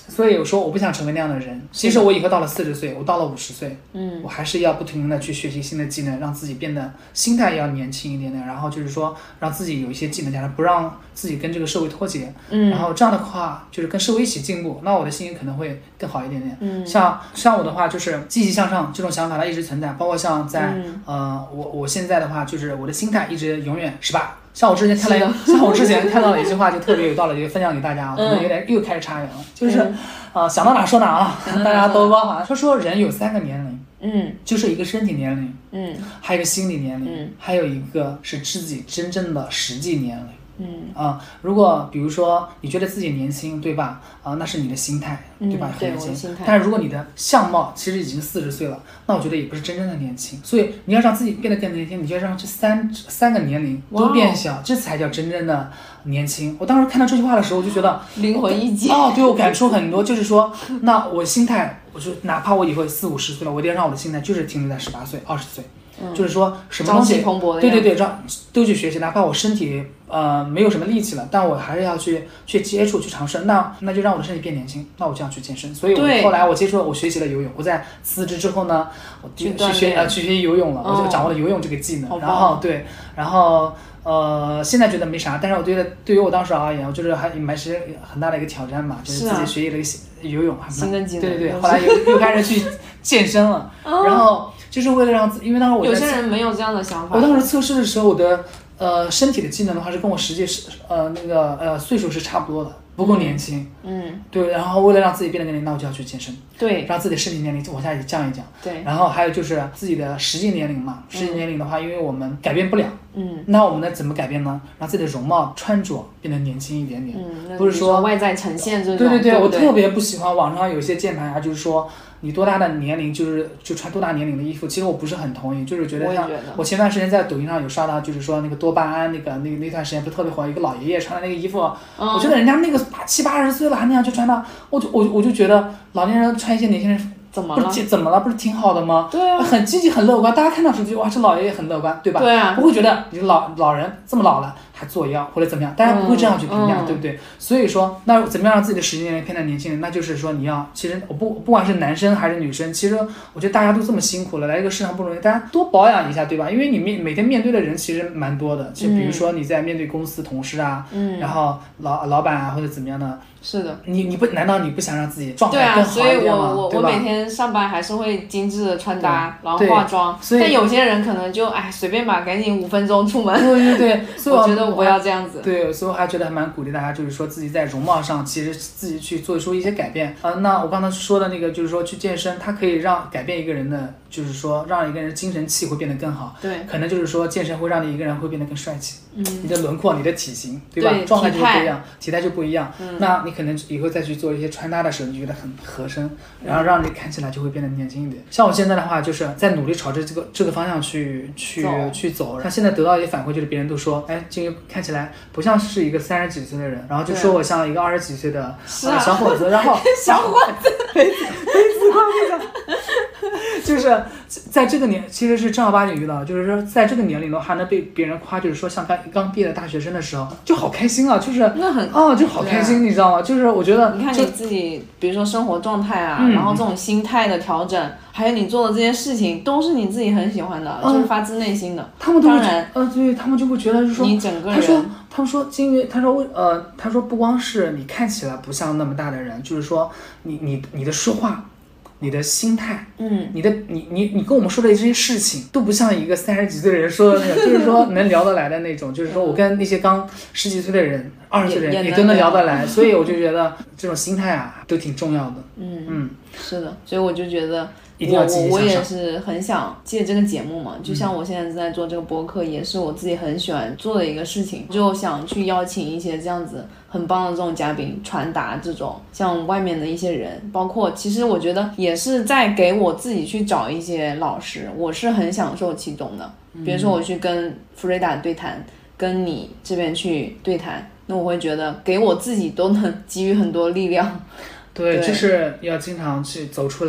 所以我说我不想成为那样的人。即使我以后到了40岁，我到了50岁，我还是要不停的去学习新的技能，让自己变得心态要年轻一点点，然后就是说让自己有一些技能加上，不让自己跟这个社会脱节，然后这样的话就是跟社会一起进步，那我的心情可能会更好一点点。像我的话就是积极向上这种想法它一直存在，包括像在我现在的话就是我的心态一直永远18。像我之前看到了一句话，就特别有道理，就分享给大家，可能有点又开始插言了，就是想到哪说哪啊，大家都包涵。他说人有3个年龄，就是一个身体年龄，还有一个心理年龄，还有一个是自己真正的实际年龄。如果比如说你觉得自己年轻，对吧？那是你的心态，对吧？很年轻。但是如果你的相貌其实已经40岁了，那我觉得也不是真正的年轻。所以你要让自己变得更年轻，你就要让这三个年龄都变小，这才叫真正的年轻。我当时看到这句话的时候，我就觉得灵魂一击。 对我感触很多，就是说，那我心态，我就哪怕我以后40、50岁了，我一定要让我的心态就是停留在18岁、20岁。就是说什么东西，对，都去学习，哪怕我身体没有什么力气了，但我还是要去接触、去尝试。那就让我的身体变年轻，那我就要去健身。所以我后来我学习了游泳。我在辞职之后呢，我去学习游泳了，我就掌握了游泳这个技能。然后现在觉得没啥，但是我觉得对于我当时而言，我就是还蛮是很大的一个挑战嘛，就是自己学习了一个游泳， 新的技能。 对，后来又开始去健身了，然后。就是为了让因为当时我有些人没有这样的想法。 我当时测试的时候，我的身体的技能的话是跟我实际岁数是差不多的，不够年轻。对，然后为了让自己变得更年轻，那我就要去健身。 对， 让自己的身体年龄往下降一降。 对， 然后还有就是自己的实际年龄嘛，实际年龄的话，因为我们改变不了。那我们呢怎么改变呢？让自己的容貌穿着变得年轻一点点。不是说外在呈现这种。 对，我特别不喜欢网上有些键盘就是说。你多大的年龄就穿多大年龄的衣服，其实我不是很同意，就是觉得像我前段时间在抖音上有刷到，就是说那个多巴胺那段时间不是特别火，一个老爷爷穿的那个衣服，我觉得人家那个70、80岁了还那样去穿它，我就觉得老年人穿一些年轻人怎么了？ 不是挺好的吗？ 对啊， 很积极很乐观，大家看到时就哇这老爷爷很乐观，对吧？ 对啊， 不会觉得你老人这么老了还作妖或者怎么样，大家不会这样去评价，对不对？所以说那怎么样让自己的实际年龄变得年轻人？那就是说你要，其实我不管是男生还是女生，其实我觉得大家都这么辛苦了，来这个世上不容易，大家多保养一下，对吧？因为你每天面对的人其实蛮多的，就比如说你在面对公司同事啊，然后老板啊或者怎么样的。 是的， 难道你不想让自己状态更好一点吗？ 所以我每天上班还是会精致的穿搭，然后化妆。但有些人可能就随便吧，赶紧5分钟出门。 对，所以我觉得我不要这样子。 对，所以我还觉得还蛮鼓励大家，就是说自己在容貌上其实自己去做出一些改变。那我刚才说的那个就是说去健身，它可以改变一个人的，就是说让一个人精神气会变得更好。 对， 可能就是说健身会让你一个人会变得更帅气。你的轮廓、你的体型，对吧？状态就不一样，体态就不一样。那你可能以后再去做一些穿搭的时候，你觉得很合身，然后让你看起来就会变得年轻一点。像我现在的话，就是在努力朝着这个方向去走。像现在得到一些反馈，就是别人都说，金鱼看起来不像是一个30几岁的人，然后就说我像一个20几岁的小伙子，然后小伙子， 没自夸非常。就是在这个其实是正儿八经遇到，就是说在这个年龄的话，还能被别人夸，就是说像刚毕业的大学生的时候，就好开心啊，就是就好开心，你知道吗？就是我觉得， 你看你自己，比如说生活状态啊，然后这种心态的调整，还有你做的这些事情，都是你自己很喜欢的，就是发自内心的。 他们都会对他们就会觉得，就是说你整个人， 他们说金鱼，他说不光是你看起来不像那么大的人，就是说你的说话。你的心态，你跟我们说的这些事情都不像一个30几岁的人说的那个，就是说能聊得来的那种，就是说我跟那些刚10几岁的人、20岁的人也都能聊得来，所以我就觉得这种心态啊都挺重要的。 是的，所以我就觉得。 我也是很想借这个节目嘛，就像我现在正在做这个播客，也是我自己很喜欢做的一个事情，就想去邀请一些这样子很棒的这种嘉宾，传达这种像外面的一些人，包括其实我觉得也是在给我自己去找一些老师，我是很享受其中的。比如说我去跟弗瑞达对谈，跟你这边去对谈，那我会觉得给我自己都能给予很多力量。 对，就是要经常去走出来，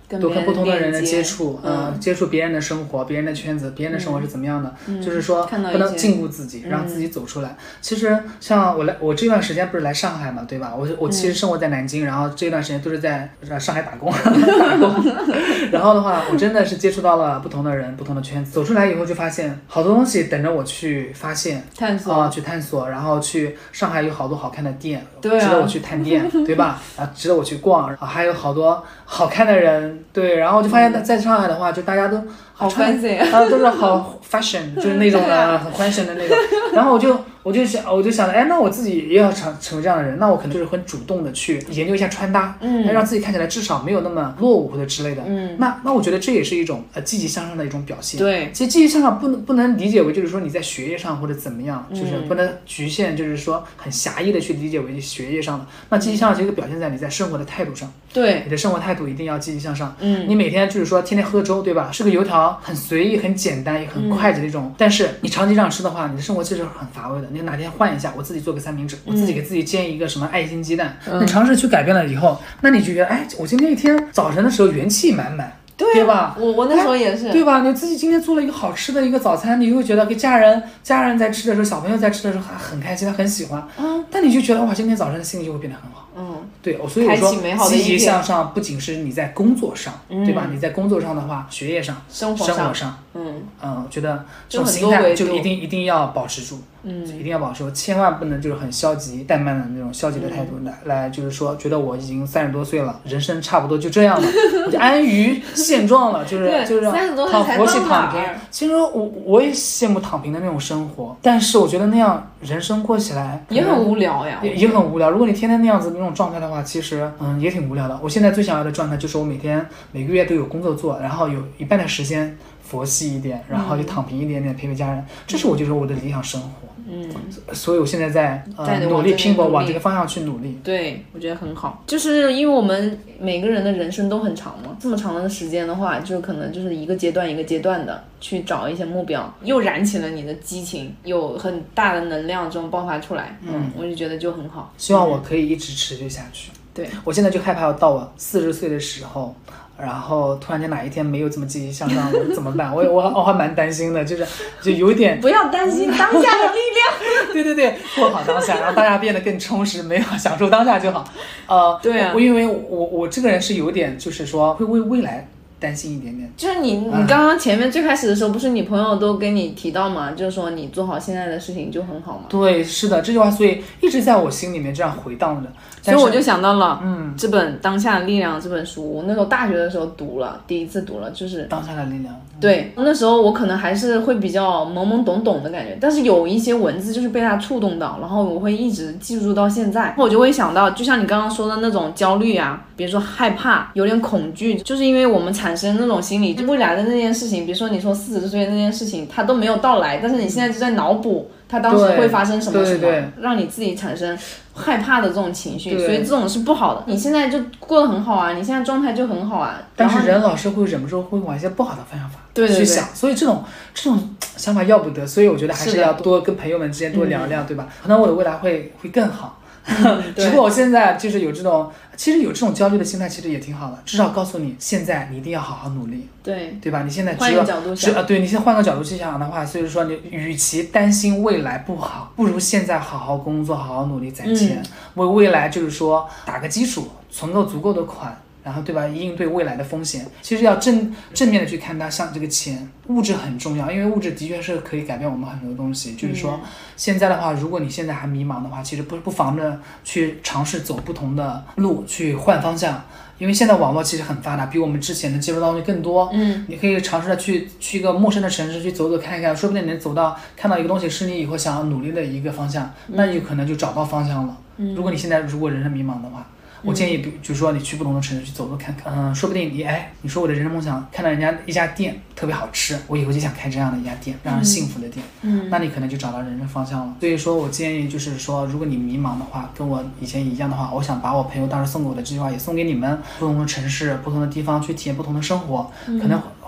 多跟不同的人的接触，接触别人的生活，别人的圈子，别人的生活是怎么样的，就是说不能禁锢自己，让自己走出来。其实像我这段时间不是来上海嘛，对吧？我其实生活在南京，然后这段时间都是在上海打工，然后的话，我真的是接触到了不同的人，不同的圈子，走出来以后就发现好多东西等着我去发现、去探索，然后去上海有好多好看的店，值得我去探店，对吧？值得我去逛，还有好多好看的人，对，然后我就发现在上海的话，就大家都好 fancy 都是好 fashion， 就是那种的很 fashion 的那种。然后我就想着，哎，那我自己也要成为这样的人，那我可能就是很主动的去研究一下穿搭，让自己看起来至少没有那么落伍或者之类的。那我觉得这也是一种积极向上的一种表现。 对， 其实积极向上不能理解为就是说你在学业上或者怎么样，就是不能局限，就是说很狭义的去理解为学业上的。那积极向上其实表现在你在生活的态度上。 对， 你的生活态度一定要积极向上。你每天就是说天天喝粥，对吧？吃个油条，很随意、很简单、也很快捷的一种。但是你长期这样吃的话，你的生活其实很乏味的。你哪天换一下，我自己做个三明治，我自己给自己煎一个什么爱心鸡蛋。你尝试去改变了以后，那你就觉得，哎，我今天一天早晨的时候元气满满。对吧？ 我那时候也是， 对吧？你自己今天做了一个好吃的一个早餐，你会觉得给家人在吃的时候，小朋友在吃的时候很开心，他很喜欢。但你就觉得哇，今天早上的心情就会变得很好。对，所以我说积极向上不仅是你在工作上，对吧？你在工作上的话，学业上、生活上，我觉得这种心态就一定要保持住。一定要保持，千万不能就是很消极怠慢的那种消极的态度来就是说觉得我已经30多岁了，人生差不多就这样了，我就安于现状了，就是 30多岁才佛系躺平。其实我也羡慕躺平的那种生活，但是我觉得那样人生过起来也很无聊呀， 也很无聊。如果你天天那样子那种状态的话，其实也挺无聊的。我现在最想要的状态就是我每个月都有工作做，然后有一半的时间佛系一点，然后就躺平一点点，陪陪家人，这是我就是我的理想生活。所以我现在在努力拼搏，往这个方向去努力。 对，我觉得很好，就是因为我们每个人的人生都很长嘛，这么长的时间的话，就可能就是一个阶段一个阶段的去找一些目标，又燃起了你的激情，有很大的能量这种爆发出来。我就觉得就很好， 希望我可以一直持续下去。 对， 我现在就害怕到我40岁的时候，然后突然间哪一天没有这么积极向上，我怎么办？我还蛮担心的，就有点不要担心当下的力量。对，过好当下，让大家变得更充实，没有享受当下就好。 对啊， 因为我这个人是有点，就是说会为未来担心一点点。 就是你刚刚前面最开始的时候，不是你朋友都跟你提到嘛，就是说你做好现在的事情就很好嘛。 对，是的，这句话所以一直在我心里面这样回荡着。 所以我就想到了，这本《当下的力量》这本书，我那时候大学的时候第一次读了，就是当下的力量。 对，那时候我可能还是会比较懵懵懂懂的感觉，但是有一些文字就是被它触动到，然后我会一直记住到现在。我就会想到，就像你刚刚说的那种焦虑啊，比如说害怕、有点恐惧，就是因为我们产生那种心理，就未来的那件事情，比如说你说40岁那件事情，它都没有到来，但是你现在就在脑补它当时会发生什么什么，让你自己产生害怕的这种情绪，所以这种是不好的。你现在就过得很好啊，你现在状态就很好啊， 但是人老是会忍不住会往一些不好的方向去想，所以这种想法要不得，所以我觉得还是要多跟朋友们之间多聊聊，对吧？可能我的未来会更好。只不过我现在就是有这种，其实有这种焦虑的心态，其实也挺好的。至少告诉你，现在你一定要好好努力，对吧？你现在换一个角度想， 对，你现在换个角度去想的话，所以说你与其担心未来不好，不如现在好好工作，好好努力攒钱，为未来就是说打个基础，存够足够的款。然后对吧，应对未来的风险，其实要正面的去看它。像这个钱，物质很重要，因为物质的确是可以改变我们很多东西。就是说，现在的话，如果你现在还迷茫的话，其实不妨着去尝试走不同的路，去换方向。因为现在网络其实很发达，比我们之前的接触到东西更多。你可以尝试着去一个陌生的城市去走走看一看，说不定你能看到一个东西是你以后想要努力的一个方向，那你有可能就找到方向了。如果你现在人生迷茫的话。我建议，就是说你去不同的城市去走走看看，说不定你说我的人生梦想，看到人家一家店特别好吃，我以后就想开这样的一家店，让人幸福的店，那你可能就找到人生方向了。所以说我建议就是说，如果你迷茫的话，跟我以前一样的话，我想把我朋友当时送给我的这句话也送给你们，不同的城市、不同的地方去体验不同的生活，可能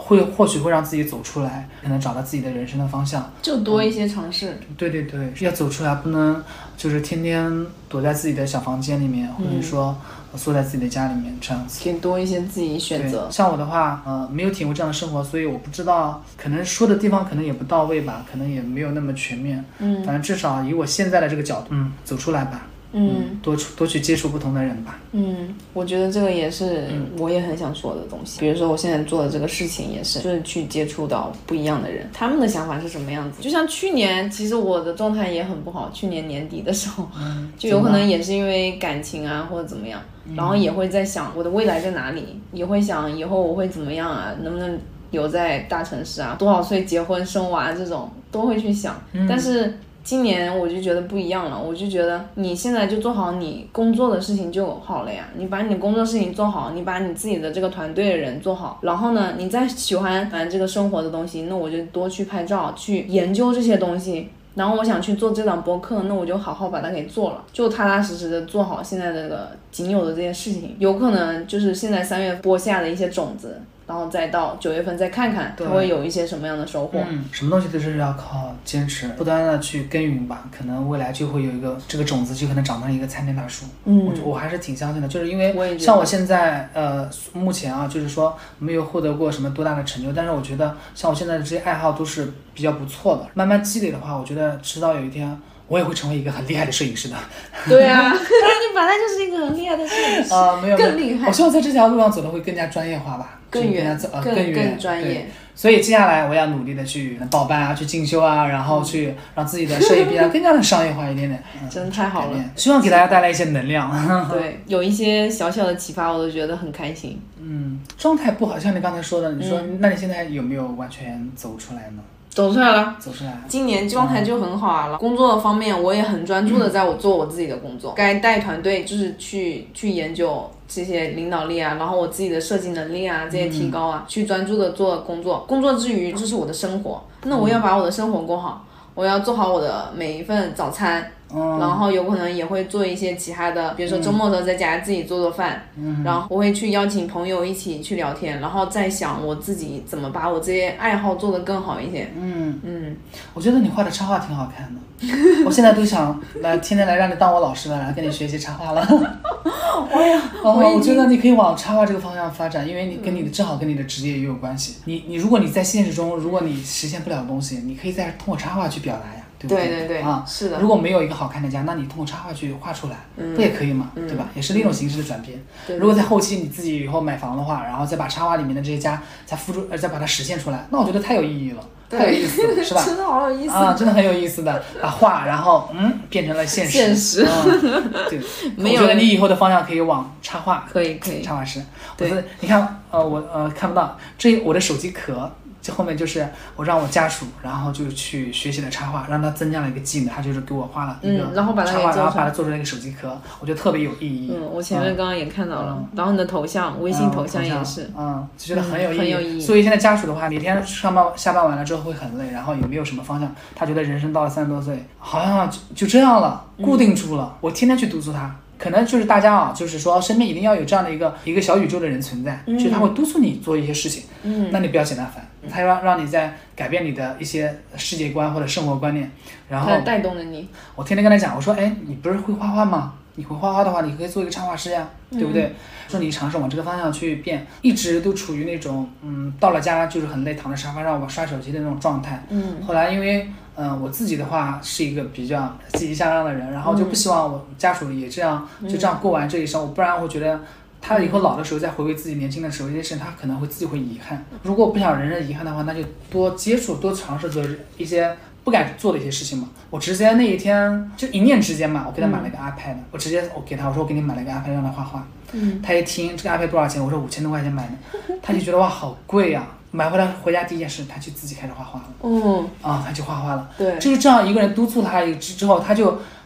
或许会让自己走出来，可能找到自己的人生的方向， 就多一些尝试。 对对对，要走出来，不能就是天天躲在自己的小房间里面，或者说缩在自己的家里面这样子， 可以多一些自己选择。 像我的话，没有体会这样的生活，所以我不知道，可能说的地方可能也不到位吧，可能也没有那么全面。反正至少以我现在的这个角度，走出来吧。多去接触不同的人吧。 我觉得这个也是我也很想说的东西。比如说我现在做的这个事情也是，就是去接触到不一样的人，他们的想法是什么样子。就像去年，其实我的状态也很不好，去年年底的时候，就有可能也是因为感情啊或者怎么样，然后也会在想我的未来在哪里，也会想以后我会怎么样啊，能不能留在大城市啊，多少岁结婚生娃这种都会去想。但是今年我就觉得不一样了，我就觉得你现在就做好你工作的事情就好了呀，你把你的工作事情做好，你把你自己的这个团队的人做好，然后呢，你再喜欢这个生活的东西，那我就多去拍照，去研究这些东西。然后我想去做这档播客，那我就好好把它给做了，就踏踏实实的做好现在的这个仅有的这些事情。有可能就是现在3月播下的一些种子，然后再到9月份再看看它会有一些什么样的收获。 什么东西都是要靠坚持，不断的去耕耘吧，可能未来就会有一个这个种子就可能长成一个参天大树。我还是挺相信的，就是因为像我现在目前啊，就是说没有获得过什么多大的成就，但是我觉得像我现在的这些爱好都是比较不错的，慢慢积累的话，我觉得迟早有一天我也会成为一个很厉害的摄影师的。 对啊，你本来就是一个很厉害的摄影师没有更厉害。 我希望在这条路上走的会更加专业化吧， 更远，更专业。 所以接下来我要努力的去报班啊，去进修啊，然后去让自己的摄影变得更加的商业化一点点。 真的太好了， 希望给大家带来一些能量。 对，有一些小小的启发，我都觉得很开心。 状态不好，像你刚才说的，你说那你现在有没有完全走出来呢？ 走出来了， 今年状态就很好啊。工作方面我也很专注的在做我自己的工作，该带团队就是去研究这些领导力啊，然后我自己的设计能力啊这些提高啊，去专注的做工作。工作之余这是我的生活，那我要把我的生活过好，我要做好我的每一份早餐。然后有可能也会做一些其他的，比如说周末的时候在家自己做饭，然后我会去邀请朋友一起去聊天，然后再想我自己怎么把我这些爱好做得更好一些。 我觉得你画的插画挺好看的，我现在都想天天来让你当我老师了，然后跟你学习插画了。我觉得你可以往插画这个方向发展，因为你跟你的正好跟你的职业也有关系。你如果你在现实中，如果你实现不了的东西，你可以再通过插画去表达呀。 对啊，是的。 如果没有一个好看的家，那你通过插画去画出来，不也可以吗？对吧？也是另一种形式的转变。如果在后期你自己以后买房的话，然后再把插画里面的这些家再把它实现出来，那我觉得太有意义了，太有意思了，是吧？ 真的好有意思啊，真的很有意思的，把画然后变成了现实。对，我觉得你以后的方向可以往插画， 可以插画师。对，你看我看不到我的手机壳。这后面就是我让我家属，然后就去学习了插画，让他增加了一个技能，他就是给我画了一个然后把它插画，然后把它做出来一个手机壳，我觉得特别有意义。 我前面刚刚也看到了，然后你的头像，微信头像也是， 就觉得很有意义。 所以现在家属的话，每天下班完了之后会很累，然后也没有什么方向，他觉得人生到了30多岁，好像就这样了，固定住了。我天天去督促他。可能就是大家就是说身边一定要有这样的一个小宇宙的人存在，就是他会督促你做一些事情，那你不要嫌他烦，他让你在改变你的一些世界观或者生活观念，然后带动了你。 我天天跟他讲，我说，你不是会画画吗？你会画画的话，你可以做一个插画师呀，对不对？说你尝试往这个方向去变，一直都处于那种到了家就是很累，躺在沙发上我刷手机的那种状态。后来因为我自己的话是一个比较积极向上的人，然后就不希望我家属也这样就这样过完这一生，不然我觉得他以后老的时候再回味自己年轻的时候，这些事他可能会自己会遗憾。如果不想人生遗憾的话，那就多接触多尝试做一些不敢做的一些事情嘛。我直接那一天就一念之间嘛，我给他买了一个 iPad，我直接我说我给你买了一个 iPad 让他画画。他一听这个 iPad 多少钱，我说5000多块钱买的，他就觉得哇好贵啊。买回家第一件事，他就自己开始画画了。他就画画了。 对， 就是这样一个人督促他之后，他就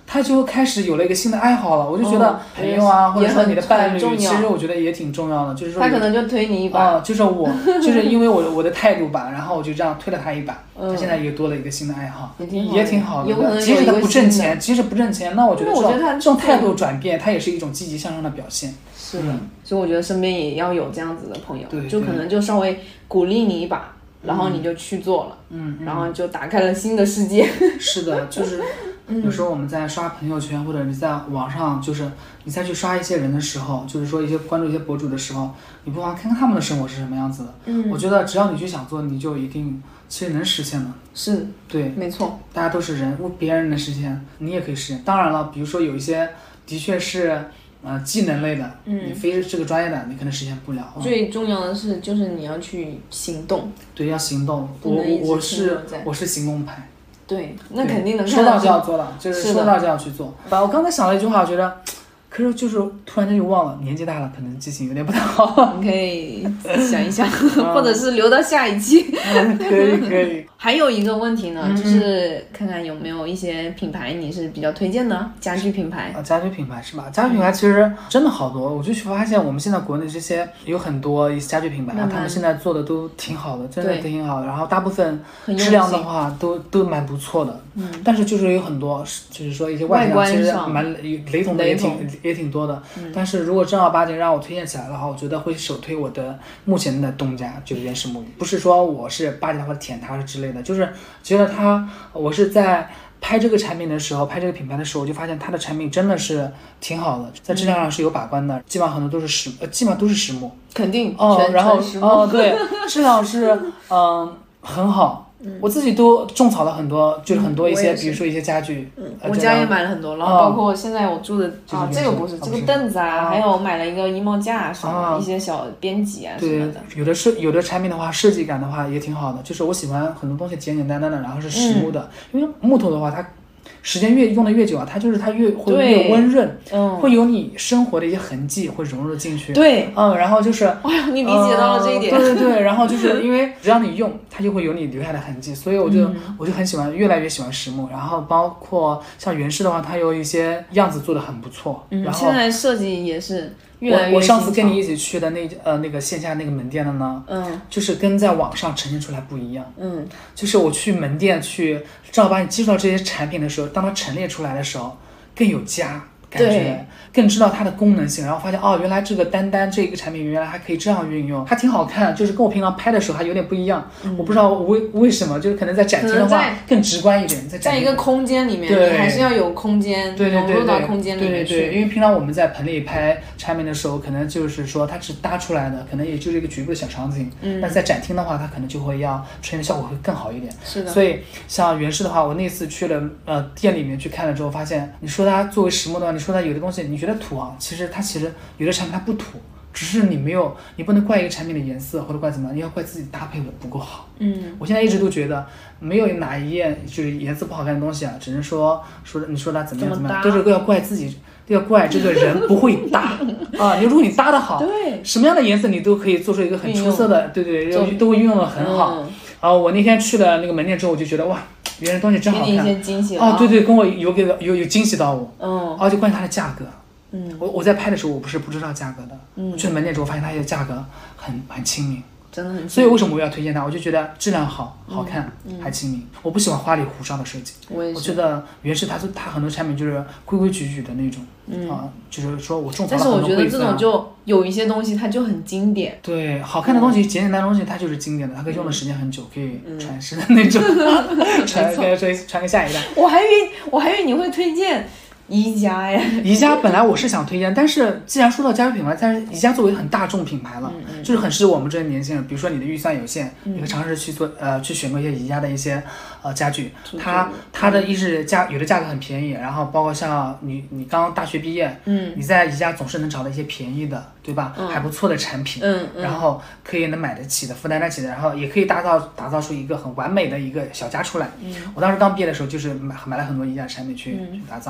他就开始有了一个新的爱好了。我就觉得朋友啊，或者说你的伴侣，其实我觉得也挺重要的，就是说他可能就推你一把， 就是因为我的态度吧，然后我就这样推了他一把，他现在又多了一个新的爱好，也挺好的。即使他不挣钱，那我觉得这种态度转变，它也是一种积极向上的表现。 是的，所以我觉得身边也要有这样子的朋友，就可能就稍微鼓励你一把。然后你就去做了，然后就打开了新的世界。 是的，就是有时候我们在刷朋友圈，或者你在网上，就是你再去刷一些人的时候，就是说关注一些博主的时候，你不妨看看他们的生活是什么样子的。我觉得只要你去想做，你就一定其实能实现的。 是， 对， 没错， 大家都是人，别人能实现，你也可以实现。当然了，比如说有一些的确是。技能类的，你非这个专业的，你可能实现不了。 最重要的是，就是你要去行动。 对，要行动。我是行动派。 对，那肯定能看说到就要做了，就是说到就要去做。我刚才想了一句话，我觉得，可是就是突然间就忘了，年纪大了，可能记性有点不太好。 你可以想一想，或者是留到下一期。 可以。 还有一个问题呢，就是看看有没有一些品牌你是比较推荐的家居品牌。 家居品牌是吧？家居品牌其实真的好多，我就发现我们现在国内这些有很多一些家居品牌，他们现在做的都挺好的，真的挺好的。然后大部分质量的话都蛮不错的。但是就是有很多，就是说一些外观其实蛮雷同的也挺多的。但是如果正儿八经让我推荐起来的话，我觉得会首推我的目前的东家，就是原始木鱼。不是说我是巴结他或者舔他之类的，就是觉得我是在拍这个产品的时候，拍这个品牌的时候，我就发现它的产品真的是挺好的，在质量上是有把关的，基本上很多都是基本上都是实木， 肯定然后对，质量是很好。我自己都种草了很多，就是很多一些，比如说一些家具， 我家也买了很多，然后包括现在我住的这个不是这个凳子啊，还有买了一个衣帽架什么一些小边几啊什么的。 对，有的产品的话，设计感的话也挺好的，就是我喜欢很多东西简简单单的，然后是实木的，因为木头的话它。时间用的越久啊，它会越温润，会有你生活的一些痕迹会融入进去。 对， 然后就是， 你理解到了这一点。 对，然后就是因为只要你用，它就会有你留下的痕迹，所以我就很喜欢，越来越喜欢实木。然后包括像原氏的话，它有一些样子做的很不错。然后现在设计也是。我上次跟你一起去的那个线下那个门店的呢，就是跟在网上呈现出来不一样，就是我去门店去正儿八经接触到这些产品的时候，当它陈列出来的时候更有家感觉，更知道它的功能性，然后发现原来这个单这个产品原来还可以这样运用，还挺好看，就是跟我平常拍的时候还有点不一样，我不知道为什么，就是可能在展厅的话更直观一点， 在一个空间里面，你还是要有空间，融入到空间里面去。 对，因为平常我们在棚里拍产品的时候，可能就是说它是搭出来的，可能也就是一个局部的小场景，但在展厅的话，它可能就会要呈现的效果会更好一点。 是的。 所以像原氏的话，我那次去了店里面去看了之后，发现你说它作为实木的话，你说它有的东西你觉得土啊，其实有的产品它不土，只是你不能怪一个产品的颜色或者怪怎么样，你要怪自己搭配的不够好。我现在一直都觉得没有哪一页就是颜色不好看的东西啊，只能说你说它怎么样，都是要怪自己，要怪这个人不会搭啊。如果你搭的好， 对， 什么样的颜色你都可以做出一个很出色的，对，都会运用的很好。我那天去了那个门店之后，我就觉得哇，原来东西真好看， 给你一些惊喜对，跟我有惊喜到我。就关于它的价格。我在拍的时候我不知道价格的，去了门店之后发现它的价格很亲民， 真的很亲民。 所以为什么我要推荐它？我就觉得质量好看，还亲民。我不喜欢花里胡哨的设计，我觉得原氏它很多产品就是规规矩矩的那种，就是说我种草了很多。 但是我觉得这种就有一些东西它就很经典。 对，好看的东西，简简单的东西它就是经典的，它可以用的时间很久，可以传世的那种，传给下一代。 我还以为你会推荐宜家呀， 宜家本来我是想推荐，但是既然说到家居品牌，但是宜家作为很大众品牌了，就是很适合我们这些年轻人。比如说你的预算有限，你会尝试去选购一些宜家的一些家具，它的有的价格很便宜，然后包括像你刚大学毕业，你在宜家总是能找到一些便宜的，对吧？还不错的产品，然后可以能买得起的，负担得起的，然后也可以打造出一个很完美的一个小家出来。我当时刚毕业的时候就是买了很多宜家产品去打造。 我还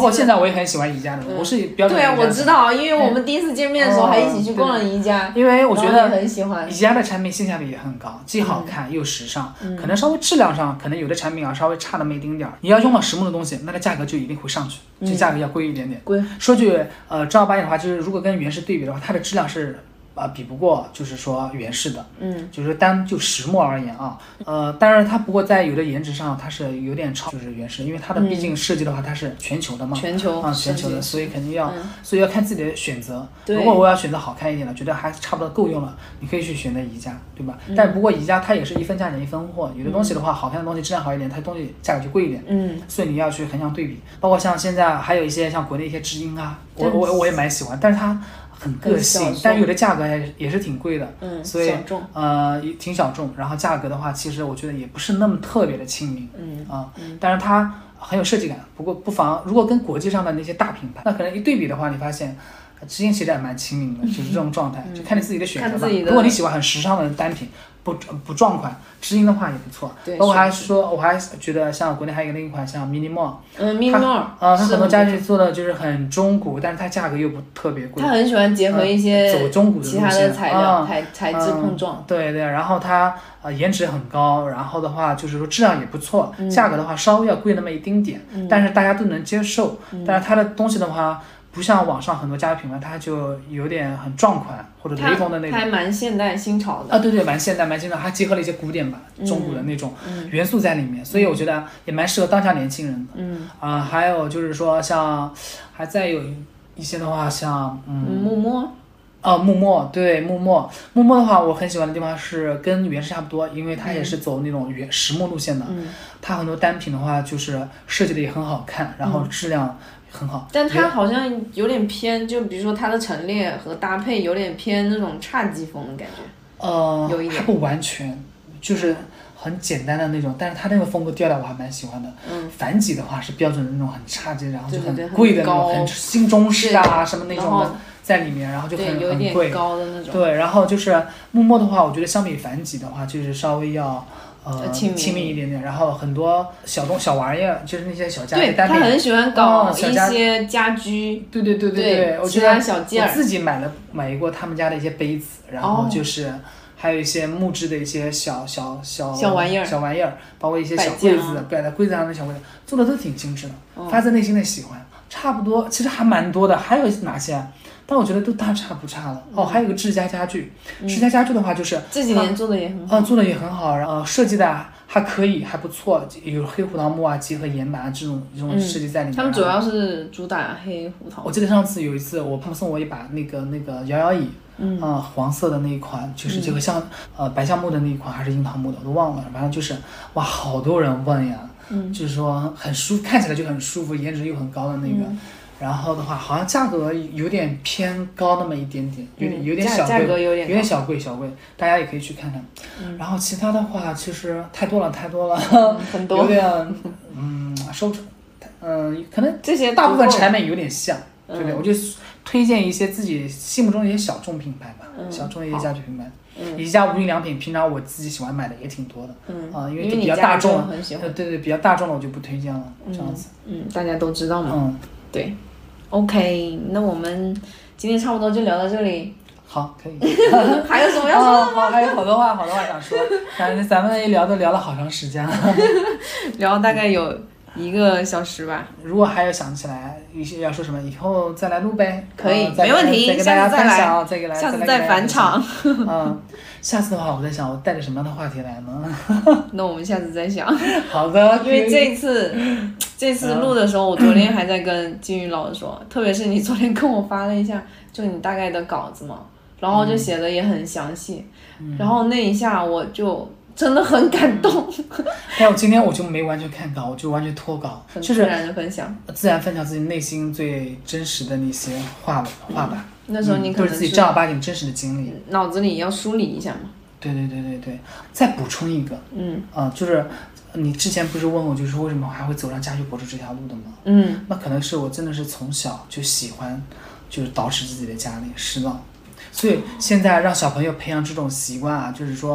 包括现在我也很喜欢宜家的，我是标准的宜家。 对，我知道，因为我们第一次见面的时候还一起去逛了宜家， 因为我觉得很喜欢宜家的产品性价比也很高，既好看又时尚，可能稍微质量上可能有的产品稍微差那么一丁点儿，你要用到实木的东西，那个价格就一定会上去，这价格要贵一点点。 贵。 说句正儿八经的话，就是如果跟原石对比的话，它的质量是比不过，就是说原石的，就是单就实木而言啊，但是它不过在有的颜值上它是有点超，就是原石，因为它的毕竟设计的话它是全球的嘛，全球的，所以肯定要，所以要看自己的选择。如果我要选择好看一点的，觉得还差不多够用了，你可以去选择宜家，对吧？但不过宜家它也是一分价钱一分货，有的东西的话，好看的东西质量好一点，它东西价格就贵一点，所以你要去横向对比。包括像现在还有一些像国内一些知音啊，我也蛮喜欢，但是它很个性，但有的价格也是挺贵的，所以挺小众，然后价格的话，其实我觉得也不是那么特别的亲民，但是它很有设计感。不过不妨如果跟国际上的那些大品牌，那可能一对比的话，你发现知音其实还蛮亲民的，就是这种状态，就看你自己的选择吧。如果你喜欢很时尚的单品，不撞款，知音的话也不错。包括我还觉得像国内还有另一款像 Mini Mall，Mini Mall，它很多家具做的就是很中古，但是它价格又不特别贵。 它很喜欢结合一些走中古的路线， 其他的材料材质碰撞。 对，然后它颜值很高，然后的话就是说质量也不错，价格的话稍微要贵那么一丁点，但是大家都能接受。但是它的东西的话，不像网上很多家具品牌，它就有点很撞款或者雷同的那种， 还蛮现代新潮的对，蛮现代蛮新潮，还结合了一些古典吧、中古的那种元素在里面，所以我觉得也蛮适合当下年轻人的。还有就是说像还再有一些的话，像木墨。 木墨的话，我很喜欢的地方是跟原石差不多，因为它也是走那种实木路线的。它很多单品的话，就是设计的也很好看，然后质量很好。 但它好像有点偏，就比如说它的陈列和搭配有点偏那种侘寂风的感觉。有一点还不完全，就是很简单的那种，但是它那个风格调调我还蛮喜欢的。繁几的话是标准的那种很侘寂，然后就很贵的那种，很新中式啊什么那种的。在里面，然后就很贵， 高的那种。 对，然后就是木墨的话，我觉得相比繁几的话，就是稍微要亲民一点点。然后很多小玩意儿，就是那些小家具单品， 他很喜欢搞一些家居。 对，我觉得我自己买过他们家的一些杯子，然后就是还有一些木质的一些小玩意儿，包括一些小柜子，摆在柜子上的小柜子，做的都挺精致的，发自内心的喜欢。差不多，其实还蛮多的，还有哪些啊？但我觉得都大差不差了。还有个智家家具，智家家具的话就是这几年做的也很好， 做的也很好，然后设计的还可以，还不错，有黑胡桃木啊，结合岩板这种设计在里面。 他们主要是主打黑胡桃。 我记得上次有一次，他们送我一把那个摇摇椅，黄色的那一款，就是这个像白橡木的那一款还是樱桃木的，我都忘了，反正就是哇，好多人问呀。就是说很舒服，看起来就很舒服，颜值又很高的那个。然后的话，好像价格有点偏高那么一点点，有点小贵， 价格有点小贵，大家也可以去看看。然后其他的话，其实太多了， 很多， 有点收成，可能这些大部分产品有点像，对不对？我就推荐一些自己心目中的一些小众品牌吧，小众的一些家居品牌。宜家无印良品，平常我自己喜欢买的也挺多的，因为比较大众了，对，比较大众了我就不推荐了，这样子。 大家都知道嘛。对。OK， 那我们今天差不多就聊到这里。 好，可以。 还有什么要说的吗？ 还有好多话想说，感觉咱们都聊了好长时间了， 聊大概有1个小时吧。 如果还有想起来一些要说什么，以后再来录呗。 可以，没问题。 再跟大家分享， 下次再返场。 下次的话，我在想我带着什么样的话题来呢？ 那我们下次再想。 好的。 因为这次录的时候，我昨天还在跟金鱼老师说，特别是你昨天跟我发了一下，就你大概的稿子嘛，然后就写的也很详细，然后那一下我就真的很感动。 但我今天我就没完全看稿，我就完全脱稿， 就是自然的分享， 自然分享自己内心最真实的那些话吧。 那时候你可能都是自己正儿八经真实的经历， 脑子里要梳理一下嘛。 对。再补充一个，就是你之前不是问我，就是为什么还会走上家居博主这条路的吗？那可能是我真的是从小就喜欢，就是捯饬自己的家里，是的。所以现在让小朋友培养这种习惯啊，就是说，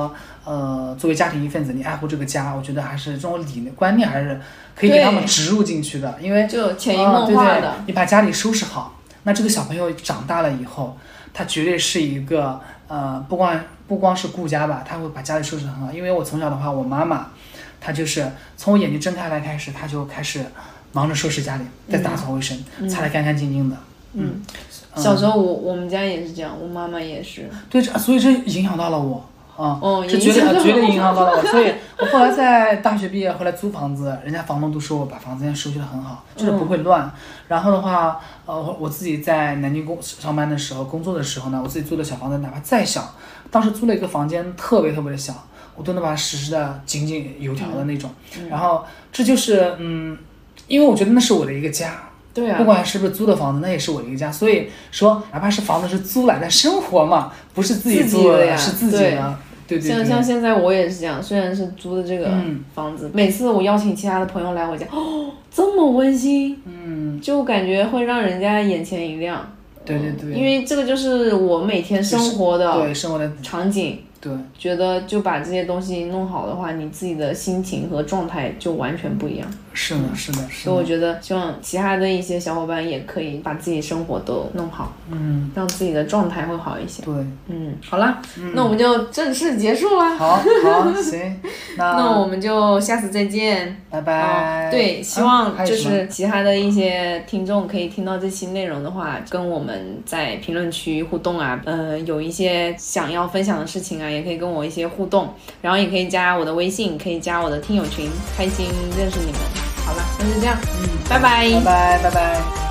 作为家庭一份子，你爱护这个家，我觉得还是这种观念还是可以给他们植入进去的，因为就潜移默化的， 对，你把家里收拾好，那这个小朋友长大了以后，他绝对是一个不光是顾家吧，他会把家里收拾得很好。因为我从小的话，我妈妈她就是从我眼睛睁开来开始，她就开始忙着收拾家里，再打扫卫生，擦得干干净净的。 小时候我们家也是这样，我妈妈也是。 对，所以这影响到了我。这绝对影响到了我，所以我后来在大学毕业，后来租房子，人家房东都说我把房子收拾得很好，就是不会乱。然后的话，我自己在南京上班的时候，工作的时候呢，我自己租的小房子，哪怕再小，当时租了一个房间特别的小，我都能把它实施的井井有条的那种。然后这就是因为我觉得那是我的一个家。 对啊， 不管是不是租的房子，那也是我的一个家。所以说，哪怕是房子是租来的，生活嘛，不是自己租的，是自己的。对。 像现在我也是这样，虽然是租的这个房子，每次我邀请其他的朋友来我家，这么温馨，就感觉会让人家眼前一亮。 对， 因为这个就是我每天生活的场景。 对， 觉得就把这些东西弄好的话，你自己的心情和状态就完全不一样。 是的。 所以我觉得希望其他的一些小伙伴也可以把自己生活都弄好，让自己的状态会好一些。 对， 好啦，那我们就正式结束啦。 好，行， 那我们就下次再见， 拜拜。 对，希望就是其他的一些听众可以听到这期内容的话，跟我们在评论区互动啊，有一些想要分享的事情啊，也可以跟我一些互动，然后也可以加我的微信，可以加我的听友群，开心认识你们。好了，那就这样，拜拜， 拜拜。